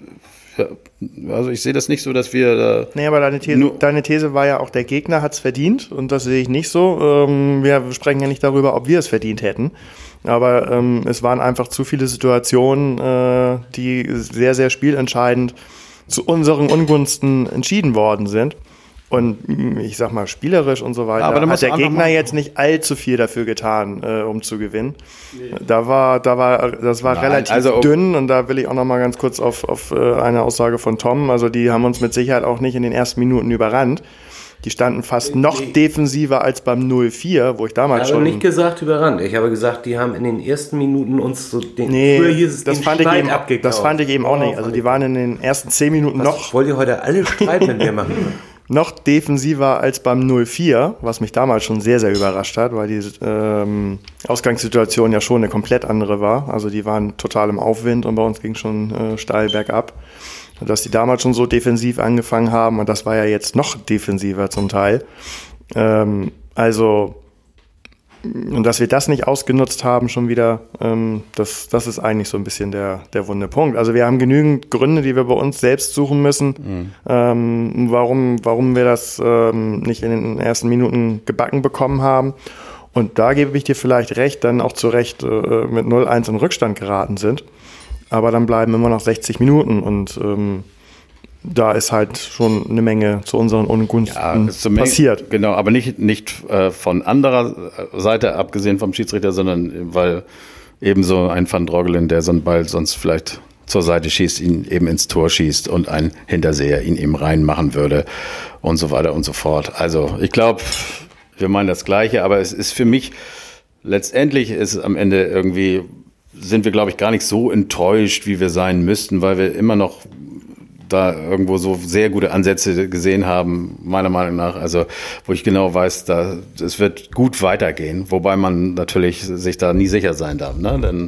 ja, also ich sehe das nicht so, dass wir da. Nee, aber deine These, Nur- deine These war ja auch, der Gegner hat es verdient und das sehe ich nicht so. Ähm, wir sprechen ja nicht darüber, ob wir es verdient hätten. Aber ähm, es waren einfach zu viele Situationen, äh, die sehr, sehr spielentscheidend zu unseren Ungunsten entschieden worden sind. Und mh, ich sag mal, spielerisch und so weiter Ja, aber da hat musst du der einfach Gegner mal- jetzt nicht allzu viel dafür getan, äh, um zu gewinnen. Da war, da war, das war Nein, relativ also- dünn und da will ich auch noch mal ganz kurz auf, auf äh, eine Aussage von Tom. Also die haben uns mit Sicherheit auch nicht in den ersten Minuten überrannt. Die standen fast noch defensiver als beim null vier, wo ich damals Ich habe schon... nicht gesagt überrannt. Ich habe gesagt, die haben in den ersten Minuten uns so den Nee, früher hieß es das den fand, ich Streit eben, abgekauft. das fand ich eben auch Oh, nicht. Also fand die ich- waren in den ersten zehn Minuten Was, noch, wollt ihr heute alle Streit mit mir machen? noch defensiver als beim null vier, was mich damals schon sehr, sehr überrascht hat, weil die ähm, Ausgangssituation ja schon eine komplett andere war. Also die waren total im Aufwind und bei uns ging schon äh, steil bergab. Dass die damals schon so defensiv angefangen haben und das war ja jetzt noch defensiver zum Teil. Ähm, also und dass wir das nicht ausgenutzt haben schon wieder, ähm, das, das ist eigentlich so ein bisschen der, der wunde Punkt. Also wir haben genügend Gründe, die wir bei uns selbst suchen müssen, mhm. ähm, warum, warum wir das ähm, nicht in den ersten Minuten gebacken bekommen haben. Und da gebe ich dir vielleicht recht, dann auch zu Recht äh, mit null eins in Rückstand geraten sind. Aber dann bleiben immer noch sechzig Minuten und ähm, da ist halt schon eine Menge zu unseren Ungunsten ja, passiert. Menge, genau, aber nicht, nicht äh, von anderer Seite, abgesehen vom Schiedsrichter, sondern weil eben so ein Van Drongelen, der so einen Ball sonst vielleicht zur Seite schießt, ihn eben ins Tor schießt und ein Hinterseher ihn eben reinmachen würde und so weiter und so fort. Also ich glaube, wir meinen das Gleiche, aber es ist für mich, letztendlich ist am Ende irgendwie, sind wir, glaube ich, gar nicht so enttäuscht, wie wir sein müssten, weil wir immer noch da irgendwo so sehr gute Ansätze gesehen haben, meiner Meinung nach, also wo ich genau weiß, da es wird gut weitergehen, wobei man natürlich sich da nie sicher sein darf, ne? Denn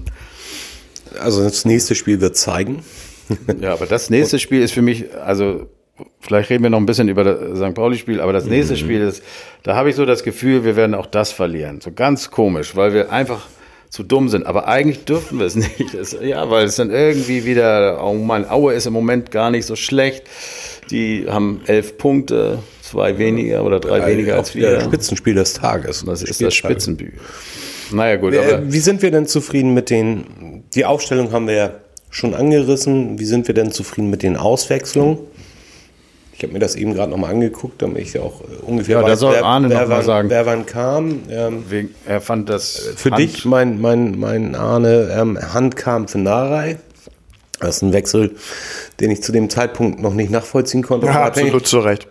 also das nächste Spiel wird zeigen. Ja, aber das nächste Spiel ist für mich, also vielleicht reden wir noch ein bisschen über das Sankt Pauli-Spiel, aber das nächste mhm. Spiel ist, da habe ich so das Gefühl, wir werden auch das verlieren, so ganz komisch, weil wir einfach zu dumm sind, aber eigentlich dürfen wir es nicht. Das, ja, weil es dann irgendwie wieder, oh Mann, Aue ist im Moment gar nicht so schlecht. Die haben elf Punkte, zwei weniger oder drei ja, weniger als wir. Das Spitzenspiel des Tages. Das ist das Spitzenspiel. Naja, gut. Wie, aber wie sind wir denn zufrieden mit den, die Aufstellung haben wir ja schon angerissen. Wie sind wir denn zufrieden mit den Auswechslungen? Ich habe mir das eben gerade nochmal angeguckt, damit ich ja auch ungefähr ja, weiß, da soll wer, Arne wer, noch mal wann, sagen. wer wann kam. Ähm, Wegen, er fand das Für Hand. dich, mein, mein, mein Arne, ähm, Hand kam für Narei. Das ist ein Wechsel, den ich zu dem Zeitpunkt noch nicht nachvollziehen konnte. Ja, absolut zu Recht.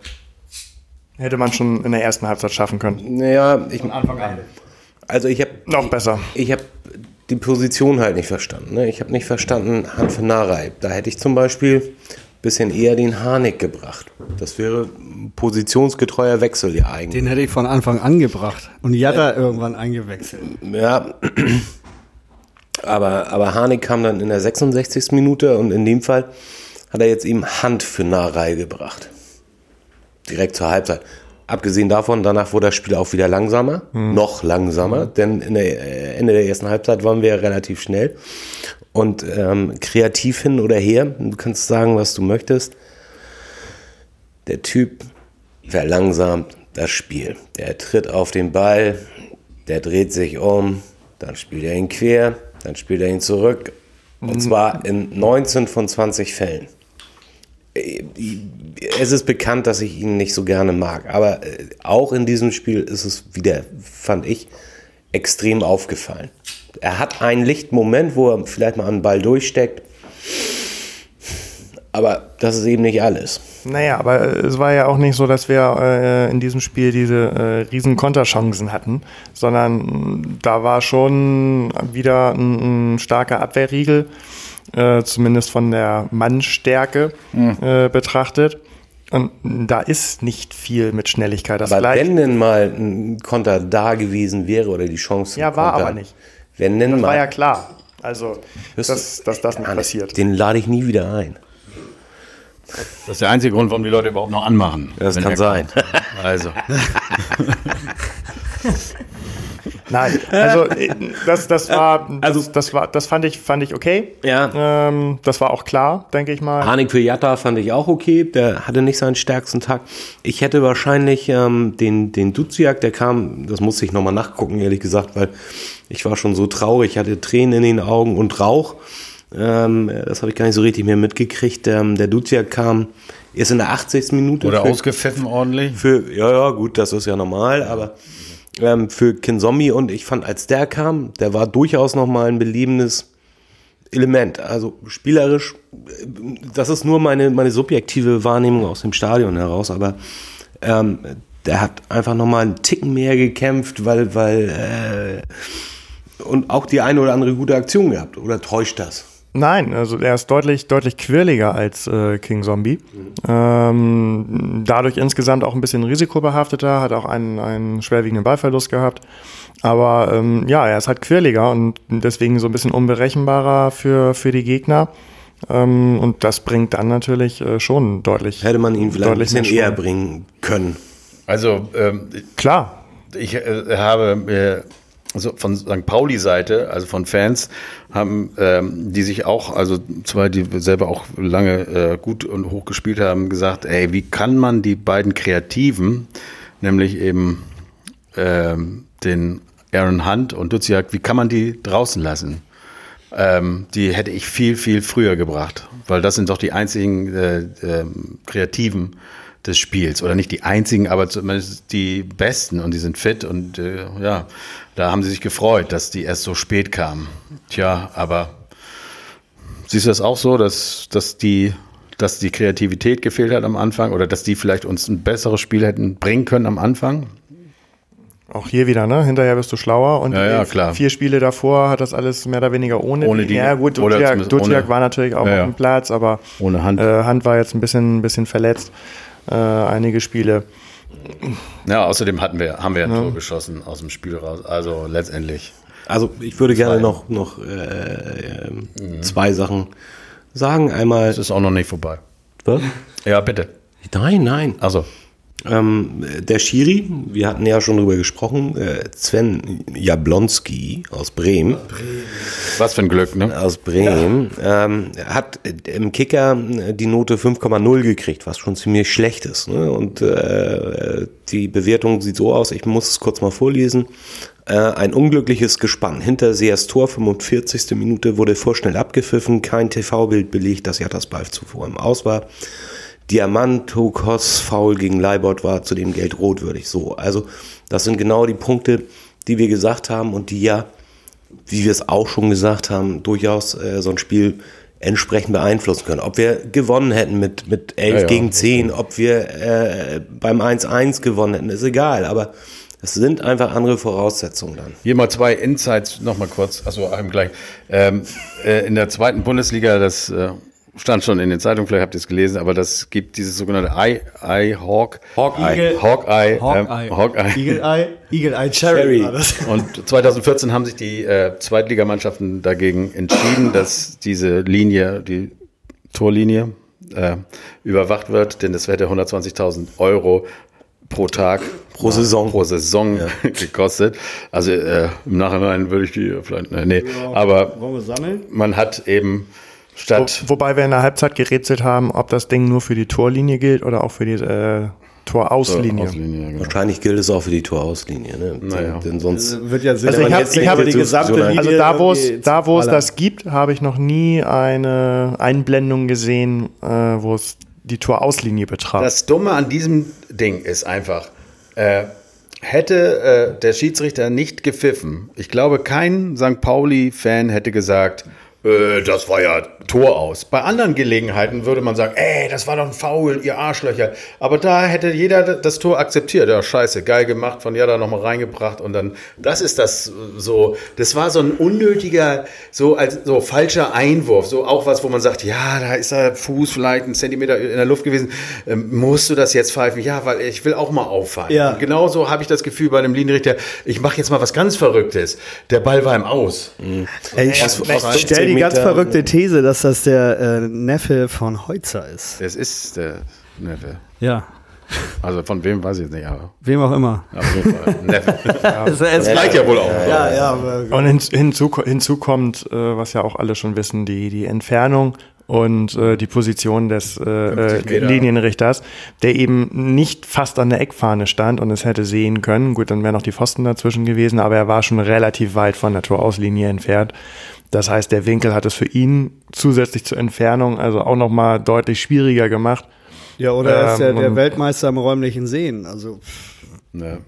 Hätte man schon in der ersten Halbzeit schaffen können. Naja, ich, Von Anfang an. Also ich habe noch besser. Ich habe die Position halt nicht verstanden. Ne? Ich habe nicht verstanden, Hand für Narei. Da hätte ich zum Beispiel ein bisschen eher den Harnik gebracht. Das wäre ein positionsgetreuer Wechsel ja eigentlich. Den hätte ich von Anfang an gebracht. Und Jatta äh, irgendwann eingewechselt. Ja, aber, aber Harnik kam dann in der sechsundsechzigsten Minute und in dem Fall hat er jetzt eben Hand für Narei gebracht. Direkt zur Halbzeit. Abgesehen davon, danach wurde das Spiel auch wieder langsamer, mhm. noch langsamer, mhm. denn in der Ende der ersten Halbzeit waren wir ja relativ schnell und ähm, kreativ hin oder her. Du kannst sagen, was du möchtest. Der Typ verlangsamt das Spiel. Der tritt auf den Ball, der dreht sich um, dann spielt er ihn quer, dann spielt er ihn zurück. Und mhm. zwar in neunzehn von zwanzig Fällen. Es ist bekannt, dass ich ihn nicht so gerne mag, aber auch in diesem Spiel ist es wieder, fand ich, extrem aufgefallen. Er hat einen Lichtmoment, wo er vielleicht mal einen Ball durchsteckt, aber das ist eben nicht alles. Naja, aber es war ja auch nicht so, dass wir äh, in diesem Spiel diese äh, riesen Konterchancen hatten, sondern da war schon wieder ein, ein starker Abwehrriegel, Äh, zumindest von der Mannstärke mhm. äh, betrachtet. Und da ist nicht viel mit Schnelligkeit. Das aber gleich, wenn denn mal ein Konter da gewesen wäre oder die Chance ja, war Konter, aber nicht. Wenn denn das mal, war ja klar. Also, dass, dass das nicht passiert. Den lade ich nie wieder ein. Das ist der einzige Grund, warum die Leute überhaupt noch anmachen. Das kann sein. Also. Nein, also das, das war, also das, das war, das fand ich, fand ich okay. Ja. Ähm, das war auch klar, denke ich mal. Harnik für Jatta fand ich auch okay. Der hatte nicht seinen stärksten Tag. Ich hätte wahrscheinlich ähm, den den Duziak, der kam, das musste ich nochmal nachgucken, ehrlich gesagt, weil ich war schon so traurig, ich hatte Tränen in den Augen und Rauch. Ähm, das habe ich gar nicht so richtig mehr mitgekriegt. Ähm, der Duziak kam erst in der achtzigsten Minute. Oder für, ausgepfiffen ordentlich. Für, ja, ja, gut, das ist ja normal, aber Ähm, für Kinzombie, und ich fand, als der kam, der war durchaus nochmal ein belebendes Element. Also spielerisch, das ist nur meine, meine subjektive Wahrnehmung aus dem Stadion heraus, aber ähm, der hat einfach nochmal einen Ticken mehr gekämpft, weil, weil äh, und auch die eine oder andere gute Aktion gehabt. Oder täuscht das? Nein, also er ist deutlich, deutlich quirliger als äh, King Zombie. Mhm. Ähm, dadurch insgesamt auch ein bisschen risikobehafteter, hat auch einen, einen schwerwiegenden Ballverlust gehabt. Aber ähm, ja, er ist halt quirliger und deswegen so ein bisschen unberechenbarer für, für die Gegner. Ähm, und das bringt dann natürlich äh, schon deutlich. Hätte man ihn vielleicht ein bisschen eher bringen können. Also, ähm, klar. Ich äh, habe mir also von Sankt Pauli-Seite, also von Fans, haben ähm, die sich auch, also zwei, die selber auch lange äh, gut und hoch gespielt haben, gesagt, ey, wie kann man die beiden Kreativen, nämlich eben ähm, den Aaron Hunt und Duziak, wie kann man die draußen lassen? Ähm, die hätte ich viel, viel früher gebracht, weil das sind doch die einzigen äh, äh, Kreativen des Spiels. Oder nicht die einzigen, aber zumindest die besten und die sind fit und äh, ja, da haben sie sich gefreut, dass die erst so spät kamen. Tja, aber siehst du das auch so, dass, dass, die, dass die Kreativität gefehlt hat am Anfang oder dass die vielleicht uns ein besseres Spiel hätten bringen können am Anfang? Auch hier wieder, ne? Hinterher bist du schlauer und ja, ja, klar. vier Spiele davor hat das alles mehr oder weniger ohne. Ohne die. Ja gut, Duziak war natürlich auch ja, auf dem Platz, aber ohne Hand. Äh, Hand war jetzt ein bisschen, ein bisschen verletzt. Äh, einige Spiele. Ja, außerdem hatten wir, haben wir ein ja. Tor geschossen aus dem Spiel raus. Also letztendlich. Also ich würde gerne noch, noch äh, äh, mhm. zwei Sachen sagen. Einmal. Es ist auch noch nicht vorbei. Was? Ja, bitte. Nein, nein. Also. Ähm, der Schiri, wir hatten ja schon drüber gesprochen, äh, Sven Jablonski aus Bremen. Was für ein Glück, ne? Aus Bremen. Ja. Ähm, hat im Kicker die Note fünf Komma null gekriegt, was schon ziemlich schlecht ist. Ne? Und äh, die Bewertung sieht so aus, ich muss es kurz mal vorlesen. Äh, ein unglückliches Gespann. Hinterseers Tor, fünfundvierzigste Minute, wurde vorschnell abgepfiffen. Kein T V-Bild belegt, dass Jattersbalf zuvor im Aus war. Diamantokos Foul gegen Leibold war zudem gelb-rot würdig. So, also das sind genau die Punkte, die wir gesagt haben und die ja, wie wir es auch schon gesagt haben, durchaus äh, so ein Spiel entsprechend beeinflussen können. Ob wir gewonnen hätten mit, mit elf ja, ja. gegen zehn, ob wir äh, beim eins eins gewonnen hätten, ist egal, aber es sind einfach andere Voraussetzungen dann. Hier mal zwei Insights, nochmal kurz, achso, gleich. Ähm, äh, in der zweiten Bundesliga, das äh, stand schon in den Zeitungen, vielleicht habt ihr es gelesen, aber das gibt dieses sogenannte Eye, Eye Hawk. Hawkeye. Hawkeye. Hawkeye. Ähm, Hawkeye. Eagle Eye. Eagle Eye Cherry. Cherry. Und zwanzig vierzehn haben sich die äh, Zweitligamannschaften dagegen entschieden, dass diese Linie, die Torlinie, äh, überwacht wird, denn das hätte hundertzwanzigtausend Euro pro Tag, pro Saison, pro Saison ja. gekostet. Also äh, im Nachhinein würde ich die vielleicht, äh, nee, ja, aber wollen wir sammeln? Man hat eben statt... Wo, wobei wir in der Halbzeit gerätselt haben, ob das Ding nur für die Torlinie gilt oder auch für die äh, Torauslinie. So, Auslinie, genau. Wahrscheinlich gilt es auch für die Torauslinie. Ne? Naja. Denn sonst also wird ja Sinn, also ich habe ich hab, die gesamte Linie also da wo es da wo es das gibt, habe ich noch nie eine Einblendung gesehen, äh, wo es die Torauslinie betraf. Das Dumme an diesem Ding ist einfach, äh, hätte äh, der Schiedsrichter nicht gepfiffen, ich glaube, kein Sankt Pauli-Fan hätte gesagt, äh, das war ja Tor aus. Bei anderen Gelegenheiten würde man sagen, ey, das war doch ein Foul, ihr Arschlöcher. Aber da hätte jeder das Tor akzeptiert. Ja, scheiße, geil gemacht, von Jada nochmal reingebracht und dann, das ist das so, das war so ein unnötiger, so als so falscher Einwurf, so auch was, wo man sagt, ja, da ist der Fuß vielleicht einen Zentimeter in der Luft gewesen, ähm, musst du das jetzt pfeifen? Ja, weil ich will auch mal auffallen. Ja. Und genauso habe ich das Gefühl bei dem Linienrichter, ich mache jetzt mal was ganz Verrücktes. Der Ball war im Aus. Mhm. Ey, ich stelle die ganz verrückte These, dass das der äh, Neffe von Heutzer ist. Es ist der Neffe. Ja. Also von wem weiß ich jetzt nicht, aber. Wem auch immer. Auf jeden Fall. Neffe. Ja. Es, es gleicht ja wohl auch. Ja, ja. Aber und hin, hinzu, hinzu kommt, äh, was ja auch alle schon wissen, die, die Entfernung und äh, die Position des äh, äh, Linienrichters, der eben nicht fast an der Eckfahne stand und es hätte sehen können. Gut, dann wären noch die Pfosten dazwischen gewesen, aber er war schon relativ weit von der Torauslinie entfernt. Das heißt, der Winkel hat es für ihn zusätzlich zur Entfernung also auch nochmal deutlich schwieriger gemacht. Ja, oder er ist ja der Weltmeister im räumlichen Sehen. Also. Ja,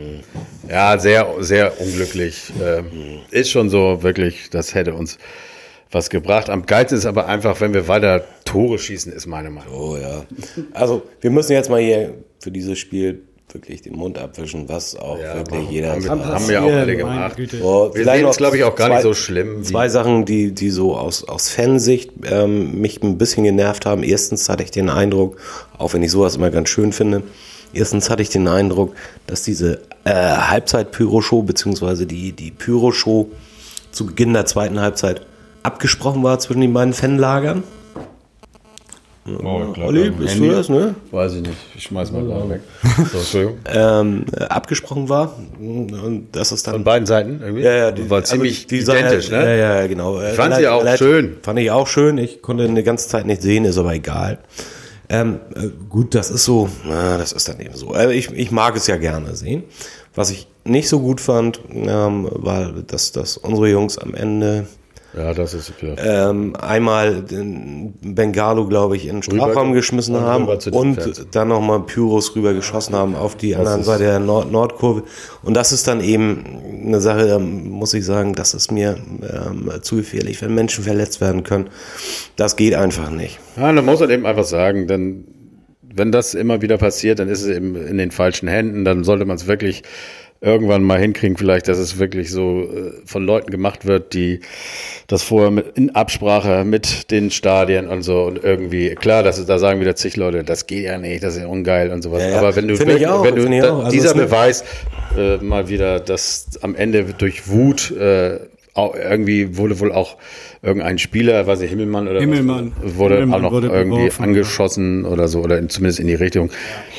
ja sehr, sehr unglücklich. Ähm, ist schon so, wirklich, das hätte uns was gebracht. Am geilsten ist aber einfach, wenn wir weiter Tore schießen, ist meine Meinung. Oh ja. Also, wir müssen jetzt mal hier für dieses Spiel wirklich den Mund abwischen, was auch ja, wirklich jeder haben, wir, haben wir auch alle gemacht. Oh, wir sehen es, glaube ich, auch gar zwei, nicht so schlimm. Zwei Sachen, die, die so aus, aus Fansicht ähm, mich ein bisschen genervt haben. Erstens hatte ich den Eindruck, auch wenn ich sowas immer ganz schön finde, erstens hatte ich den Eindruck, dass diese äh, Halbzeit-Pyro-Show, beziehungsweise die, die Pyro-Show zu Beginn der zweiten Halbzeit abgesprochen war zwischen den beiden Fanlagern. Oh, ich glaub, Olli, bist du das, ne? Weiß ich nicht. Ich schmeiß mal gerade weg. So, Entschuldigung. Ähm, abgesprochen war. Und das ist dann. Von beiden Seiten irgendwie? Ja, ja, die, war ziemlich also die identisch, Sache, ne? Ja, ja, genau. Ich fand sie auch Leid, schön. Fand ich auch schön. Ich konnte eine ganze Zeit nicht sehen, ist aber egal. Ähm, äh, gut, das ist so, na, das ist dann eben so. Also ich, ich mag es ja gerne sehen. Was ich nicht so gut fand, ähm, war, dass, dass unsere Jungs am Ende Ja, das ist klar. ähm, einmal den Bengalo, glaube ich, in den Strafraum Rüber- geschmissen und haben rüber zu den und Fans. dann nochmal Pyros rüber geschossen haben auf die anderen ist- Seite der Nord Nordkurve. Und das ist dann eben eine Sache, da muss ich sagen, das ist mir ähm, zu gefährlich, wenn Menschen verletzt werden können. Das geht einfach nicht. Ja, da muss man eben einfach sagen, denn wenn das immer wieder passiert, dann ist es eben in den falschen Händen, dann sollte man es wirklich irgendwann mal hinkriegen, vielleicht, dass es wirklich so äh, von Leuten gemacht wird, die das vorher mit, in Absprache mit den Stadien und so und irgendwie, klar, das ist, da sagen wieder zig Leute, das geht ja nicht, das ist ja ungeil und sowas. Ja, ja. Aber wenn du, Finde ich auch, wenn du finde ich da, auch. Also dieser es ist- Beweis äh, mal wieder, dass am Ende durch Wut äh, auch, irgendwie wurde wohl auch irgendein Spieler, weiß ich, Himmelmann oder Himmelmann. was, wurde Himmelmann auch noch wurde irgendwie beworfen, angeschossen oder so, oder in, zumindest in die Richtung.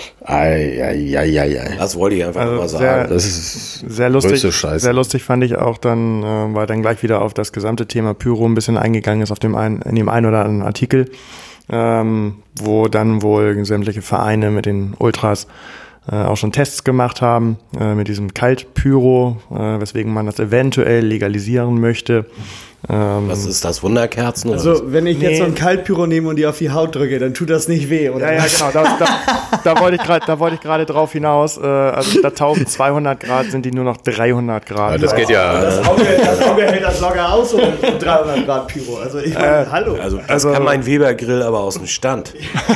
Ei, ei, ei, ei, ei. Das wollte ich einfach Also mal sehr- sagen. Das ist Sehr lustig, größte Scheiße. sehr lustig fand ich auch dann, äh, weil dann gleich wieder auf das gesamte Thema Pyro ein bisschen eingegangen ist auf dem einen, in dem einen oder anderen Artikel, ähm, wo dann wohl sämtliche Vereine mit den Ultras äh, auch schon Tests gemacht haben äh, mit diesem Kaltpyro, äh, weswegen man das eventuell legalisieren möchte. Ähm, Was ist das, Wunderkerzen? Oder was? Also, wenn ich Nee. jetzt so ein Kaltpyro nehme und die auf die Haut drücke, dann tut das nicht weh, oder? Ja, ja, genau. Da, da, da wollte ich gerade, da wollte ich gerade drauf hinaus. Äh, also statt zwölfhundert Grad sind die nur noch dreihundert Grad. Ja, das geht ja. Das Auge, das Auge hält das locker aus und dreihundert Grad Pyro. Also, ich meine, hallo. Also das Also- kann mein Weber-Grill aber aus dem Stand.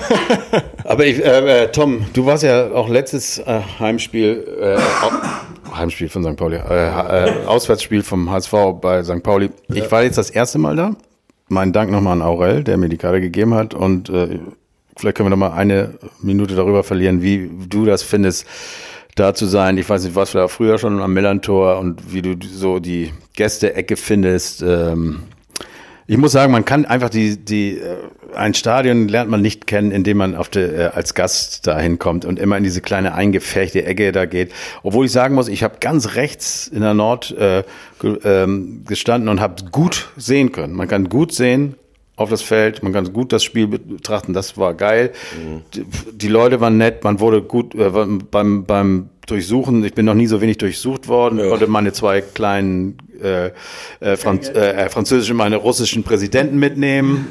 Aber ich, äh, äh, Tom, du warst ja auch letztes äh, Heimspiel, äh, Au- Heimspiel von Sankt Pauli, äh, äh, Auswärtsspiel vom H S V bei Sankt Pauli. Ich war jetzt das erste Mal da. Mein Dank nochmal an Aurel, der mir die Karte gegeben hat. Und äh, vielleicht können wir noch mal eine Minute darüber verlieren, wie du das findest, da zu sein. Ich weiß nicht, warst du da früher schon am Millantor und wie du so die Gäste-Ecke findest. Ähm, ich muss sagen, man kann einfach die, die, äh, ein Stadion lernt man nicht kennen, indem man auf der, äh, als Gast da hinkommt und immer in diese kleine eingefärchte Ecke da geht. Obwohl ich sagen muss, ich habe ganz rechts in der Nord äh, ge, ähm, gestanden und habe gut sehen können. Man kann gut sehen auf das Feld, man kann gut das Spiel betrachten, das war geil. Mhm. Die, die Leute waren nett, man wurde gut äh, beim, beim Durchsuchen, ich bin noch nie so wenig durchsucht worden, ja. Konnte meine zwei kleinen äh, äh, Franz, äh, französischen, meine russischen Präsidenten mitnehmen.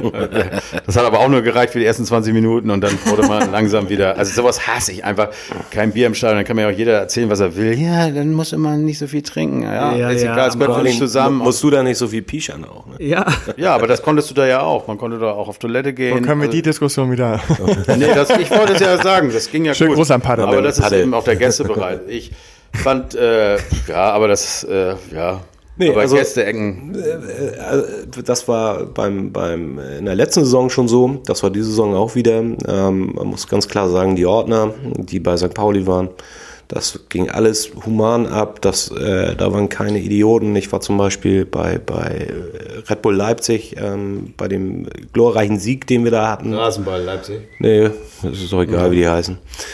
Das hat aber auch nur gereicht für die ersten zwanzig Minuten und dann wurde man langsam wieder, also sowas hasse ich einfach. Kein Bier im Stadion, dann kann mir auch jeder erzählen, was er will. Ja, dann muss immer nicht so viel trinken. Ja, Ja, ist ja, egal, es gehört aber nicht zusammen. Musst du da nicht so viel pischern auch, ne? Ja. Ja, aber das konntest du da ja auch. Man konnte da auch auf Toilette gehen. Wo können wir die Diskussion wieder? Nee, das, ich wollte es ja sagen, das ging ja Schön gut. groß am Paddel. Aber das ist Paddel. eben auch der Gästebereich. Ich fand, äh, ja, aber das, äh, ja, Nee, aber also- Gäste-Ecken. Das war beim, beim, in der letzten Saison schon so, das war diese Saison auch wieder. Ähm, man muss ganz klar sagen, die Ordner, die bei Sankt Pauli waren, das ging alles human ab, das, äh, da waren keine Idioten. Ich war zum Beispiel bei, bei Red Bull Leipzig, ähm, bei dem glorreichen Sieg, den wir da hatten. Rasenball Leipzig. Nee, das ist doch egal, wie die heißen.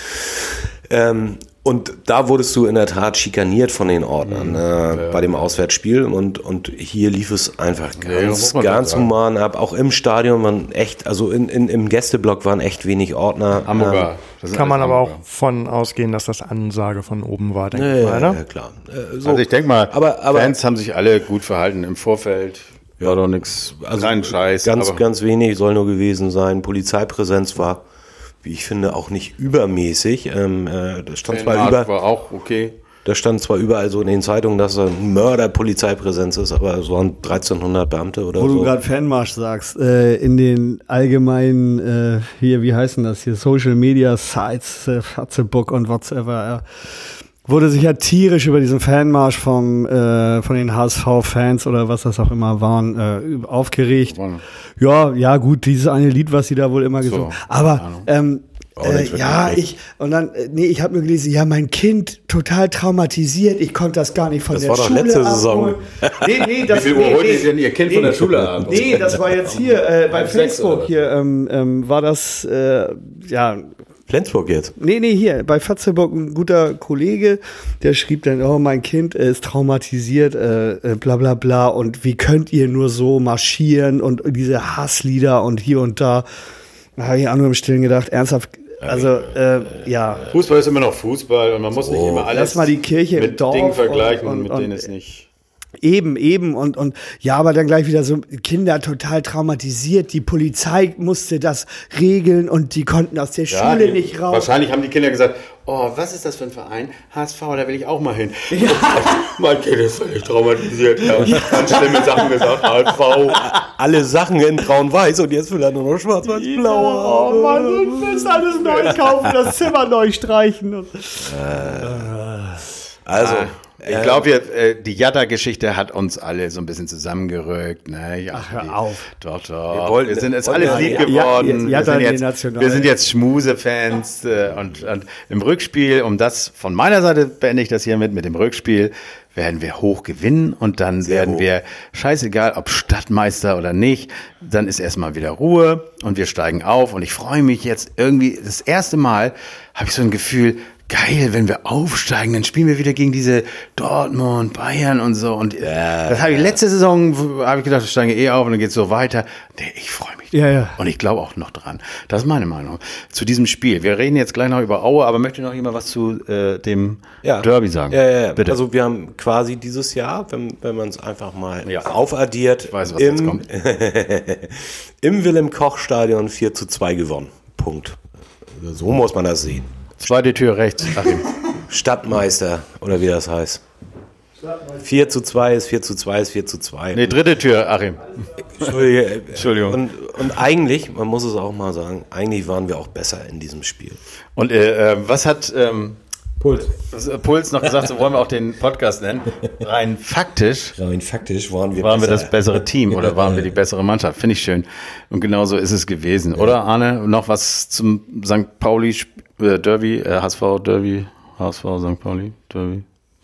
Ähm, und da wurdest du in der Tat schikaniert von den Ordnern äh, bei dem Auswärtsspiel und, und hier lief es einfach Ja, ganz, muss man ganz doch sagen. human ab. Auch im Stadion waren echt, also in, in, im Gästeblock waren echt wenig Ordner. Hamburger. Das sind Kann man alles aber auch Hamburger. von ausgehen, dass das Ansage von oben war, denke Ähm, ich ja, mal, ja, ne? ja, klar. Äh, so. Also ich denke mal, Aber- aber- Fans haben sich alle gut verhalten im Vorfeld. War doch nichts, also kein Scheiß. Ganz, aber ganz wenig soll nur gewesen sein. Polizeipräsenz war, wie ich finde, auch nicht übermäßig. Ähm, äh, das stand zwar Fanmarkt über, war auch okay. Da stand zwar überall so in den Zeitungen, dass da ein Mörder-Polizeipräsenz ist, aber es waren dreizehnhundert Beamte oder Wo so. du gerade Fanmarsch sagst, äh, in den allgemeinen, äh, hier, wie heißen das hier, Social Media Sites, äh, Facebook und whatsoever, äh, wurde sich ja tierisch über diesen Fanmarsch vom, äh, von den H S V-Fans oder was das auch immer waren, äh, aufgeregt. Waren- Ja, ja, gut, dieses eine Lied, was sie da wohl immer gesungen So, Aber keine Ahnung. ähm, Äh, ja, ich, und dann, äh, nee, ich habe nur gelesen, ja, mein Kind total traumatisiert, ich konnte das gar nicht von Das der war doch Schule letzte abholen. Saison. Nee, nee, das, Wie viel nee, Uhr holt nee, ihr denn ihr Kind nee, von der Schule ab? Nee, das war jetzt hier, äh, bei Halb sechs Facebook oder? hier, ähm, ähm, war das, äh, ja, Flensburg jetzt. Nee, nee, hier, bei Fatzeburg ein guter Kollege, der schrieb dann, oh, mein Kind ist traumatisiert, äh, äh, bla bla bla, und wie könnt ihr nur so marschieren und diese Hasslieder und hier und da. Da habe ich auch nur im Stillen gedacht, ernsthaft, also, äh, ja. Fußball ist immer noch Fußball und man muss nicht immer alles Lass mal die Kirche im mit Dorf Dingen vergleichen, und- und- mit und- denen es nicht... Eben, eben und, und ja, aber dann gleich wieder so Kinder total traumatisiert. Die Polizei musste das regeln und die konnten aus der Ja, Schule die- nicht raus. Wahrscheinlich haben die Kinder gesagt, oh, was ist das für ein Verein? H S V, da will ich auch mal hin. Mein Kind ist völlig traumatisiert. Ja, ganz schlimme Sachen gesagt, H S V. Alle Sachen in braun-weiß und jetzt will er nur noch schwarz-weiß-blau. Oh Mann, du willst alles neu kaufen, das Zimmer neu streichen. Und Also, Ich glaube, äh, die Jatta-Geschichte hat uns alle so ein bisschen zusammengerückt. Ne? Ja, Ach, hör die- auf. Doch, doch. Wir Wir, wollten- sind jetzt wollten alle ja- lieb ja- geworden. ja- Jatta wir, sind in die jetzt, National- wir sind jetzt Schmuse-Fans. Äh, und, und im Rückspiel, um das von meiner Seite beende ich das hiermit, mit dem Rückspiel werden wir hoch gewinnen und dann Sehr werden hoch. wir, scheißegal, ob Stadtmeister oder nicht, dann ist erstmal wieder Ruhe und wir steigen auf und ich freue mich jetzt irgendwie, das erste Mal habe ich so ein Gefühl, geil, wenn wir aufsteigen, dann spielen wir wieder gegen diese Dortmund, Bayern und so. Und Ja, das habe ich letzte Saison, habe ich gedacht, wir steigen eh auf und dann geht es so weiter. Nee, ich freue mich. Ja, ja. Und ich glaube auch noch dran. Das ist meine Meinung zu diesem Spiel. Wir reden jetzt gleich noch über Aue, aber möchte noch jemand was zu äh, dem ja. Derby sagen? Ja, ja, ja. Bitte. Also wir haben quasi dieses Jahr, wenn, wenn man es einfach mal Ja. aufaddiert, Ich weiß, was im, jetzt kommt. im Wilhelm-Koch-Stadion vier zu zwei gewonnen. Punkt. So muss man das sehen. Zweite Tür rechts, Achim. Stadtmeister, oder wie das heißt. vier zu zwei ist vier zu zwei ist vier zu zwei. Nee, dritte Tür, Achim. Entschuldige, Entschuldigung. Und, und eigentlich, man muss es auch mal sagen, eigentlich waren wir auch besser in diesem Spiel. Und äh, äh, was hat ähm, Puls. Puls noch gesagt, so wollen wir auch den Podcast nennen? Rein faktisch Rein faktisch waren wir waren wir besser. das bessere Team oder waren wir die bessere Mannschaft? Finde ich schön. Und genau so ist es gewesen. Oder, Arne, noch was zum Sankt Pauli äh, Derby, äh, H S V Derby, H S V Sankt Pauli Derby?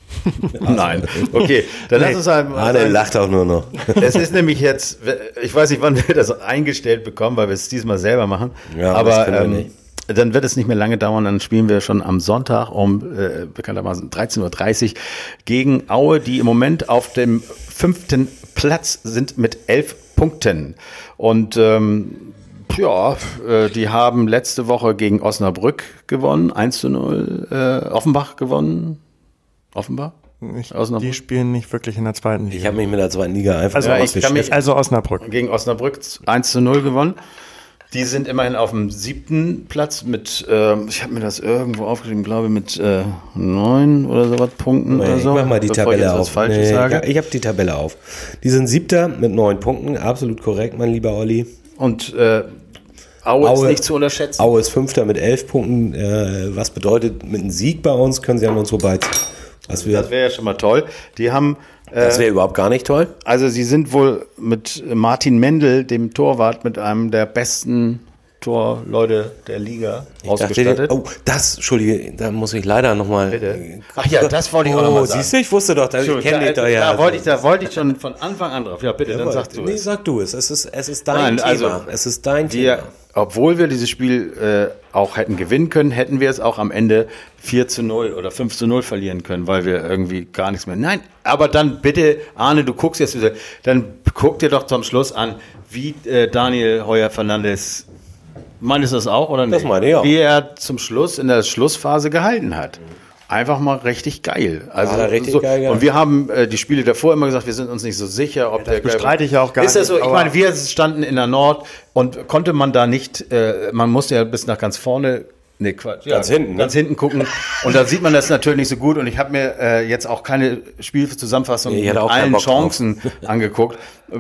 Nein. Okay, dann lass uns halt mal Arne sagen, lacht auch nur noch. es ist nämlich jetzt, ich weiß nicht, wann wir das eingestellt bekommen, weil wir es diesmal selber machen. Ja, das aber können wir ähm, nicht. dann wird es nicht mehr lange dauern, dann spielen wir schon am Sonntag um äh, bekanntermaßen dreizehn Uhr dreißig gegen Aue, die im Moment auf dem fünften Platz sind mit elf Punkten. Und ähm, ja, äh, die haben letzte Woche gegen Osnabrück gewonnen, eins zu null, äh, Offenbach gewonnen. Offenbach? Ich, Osnabrück? die spielen nicht wirklich in der zweiten Ich Liga. habe mich mit der zweiten Liga einfach Also, Ja, ich aus, kann mich- also Osnabrück. Gegen Osnabrück eins zu null gewonnen. Die sind immerhin auf dem siebten Platz mit, ähm, ich habe mir das irgendwo aufgeschrieben, glaube ich, mit äh, neun oder so was Punkten Nee, oder ich so. mach mal die bevor ich Tabelle jetzt was auf. Falsches Nee, sage. ja, ich habe die Tabelle auf. Die sind siebter mit neun Punkten, absolut korrekt, mein lieber Olli. Und äh, Aue, ist Aue- nicht zu unterschätzen. Aue ist fünfter mit elf Punkten, äh, was bedeutet, mit einem Sieg bei uns können sie an uns vorbeiziehen. Was wir, Das wäre ja schon mal toll. Die haben, äh, das wäre überhaupt gar nicht toll. also sie sind wohl mit Martin Mendel, dem Torwart, mit einem der besten Torleute der Liga Ich ausgestattet. dachte, oh, das, Entschuldige, da muss ich leider nochmal. Bitte. Ach ja, das wollte ich auch noch mal Oh, sagen. siehst du, ich wusste doch, da, ich Entschuldigung, kenne dich da, doch ja. da, wollte ich, da wollte ich schon von Anfang an drauf. Ja, bitte, dann sagst du nee, es. sag du es. Es ist, es ist dein Nein, also, Thema. Es ist dein Wir, Thema. obwohl wir dieses Spiel äh, auch hätten gewinnen können, hätten wir es auch am Ende vier zu null oder fünf zu null verlieren können, weil wir irgendwie gar nichts mehr. Nein, aber dann bitte, Arne, du guckst jetzt wieder, dann guck dir doch zum Schluss an, wie äh, Daniel Heuer-Fernandes, meinst du das auch oder nicht? Das meine ich auch. Wie er zum Schluss in der Schlussphase gehalten hat. Einfach mal richtig geil. Also Hat er richtig so, geil gehalten. und wir haben äh, die Spiele davor immer gesagt, wir sind uns nicht so sicher, ob der bestreite ich ja auch gar Ist das so? nicht, Ich aber- meine, wir standen in der Nord und konnte man da nicht, äh, man musste ja bis nach ganz vorne, nee, Quatsch, Ganz ja, hinten, ne? ganz hinten gucken und da sieht man das natürlich nicht so gut und ich habe mir äh, jetzt auch keine Spielzusammenfassung Nee, ich mit hatte auch keinen allen Bock drauf. Chancen angeguckt. Äh, äh,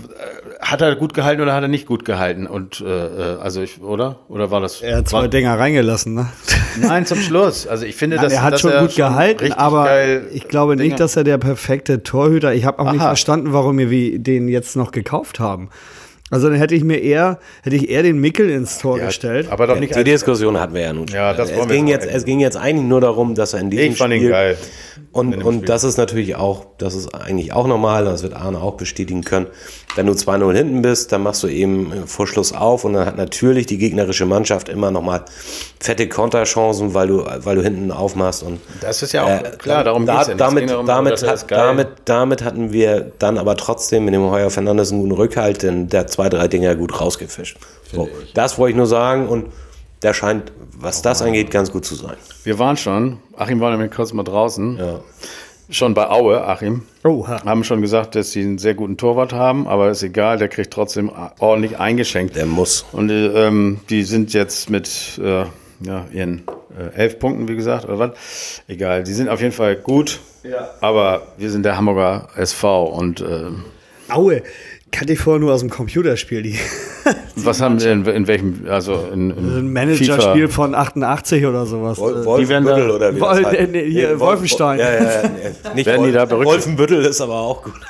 Hat er gut gehalten oder hat er nicht gut gehalten? Und äh, äh, also ich, oder? Oder war das? Er hat zwei war, Dinger reingelassen, ne? Nein, zum Schluss. Also ich finde, Nein, dass er hat dass schon gut gehalten, richtig aber geil ich glaube Dinge- nicht, dass er der perfekte Torhüter. Ich habe auch nicht Aha. verstanden, warum wir wie- den jetzt noch gekauft haben. Also dann hätte ich mir eher, hätte ich eher den Mickel ins Tor Ja, gestellt. aber doch Ja, nicht die Diskussion hatten wir ja nun schon. Ja, das es, wollen wir ging jetzt jetzt, es ging jetzt eigentlich nur darum, dass er in diesem Ich fand ihn Spiel geil. und, in dem und Spiel. das ist natürlich auch, das ist eigentlich auch normal, das wird Arne auch bestätigen können. Wenn du zwei null hinten bist, dann machst du eben vor Schluss auf und dann hat natürlich die gegnerische Mannschaft immer nochmal fette Konterchancen, weil du, weil du hinten aufmachst und Das ist ja auch klar, darum da, geht's ja nicht. Es damit, ging darum, damit, dass er das hat, geil- damit, damit hatten wir dann aber trotzdem mit dem Heuer Fernandes einen guten Rückhalt, denn der hat zwei, drei Dinger gut rausgefischt. So, das wollte ich nur sagen und der scheint, was das angeht, ganz gut zu sein. Wir waren schon, Achim war nämlich kurz mal draußen, Ja. schon bei Aue, Achim. Oha. Haben schon gesagt, dass sie einen sehr guten Torwart haben, aber ist egal, der kriegt trotzdem ordentlich eingeschenkt. Der muss. Und äh, ähm, die sind jetzt mit äh, ja, ihren äh, elf Punkten, wie gesagt, oder was? Egal, die sind auf jeden Fall gut, Ja. aber wir sind der Hamburger S V und äh, Aue. Kannte ich vorher nur aus dem Computerspiel. Die was haben wir in, in welchem, also in, in ein Managerspiel FIFA? von achtundachtzig oder sowas. Wolfenbüttel werden da- oder wie Wol- das heißt. äh, nee, hier, Wolf- Wolfenstein. Ja, ja, ja, nee, nicht Werden die da berücksichtigt? Wolfenbüttel ist aber auch gut.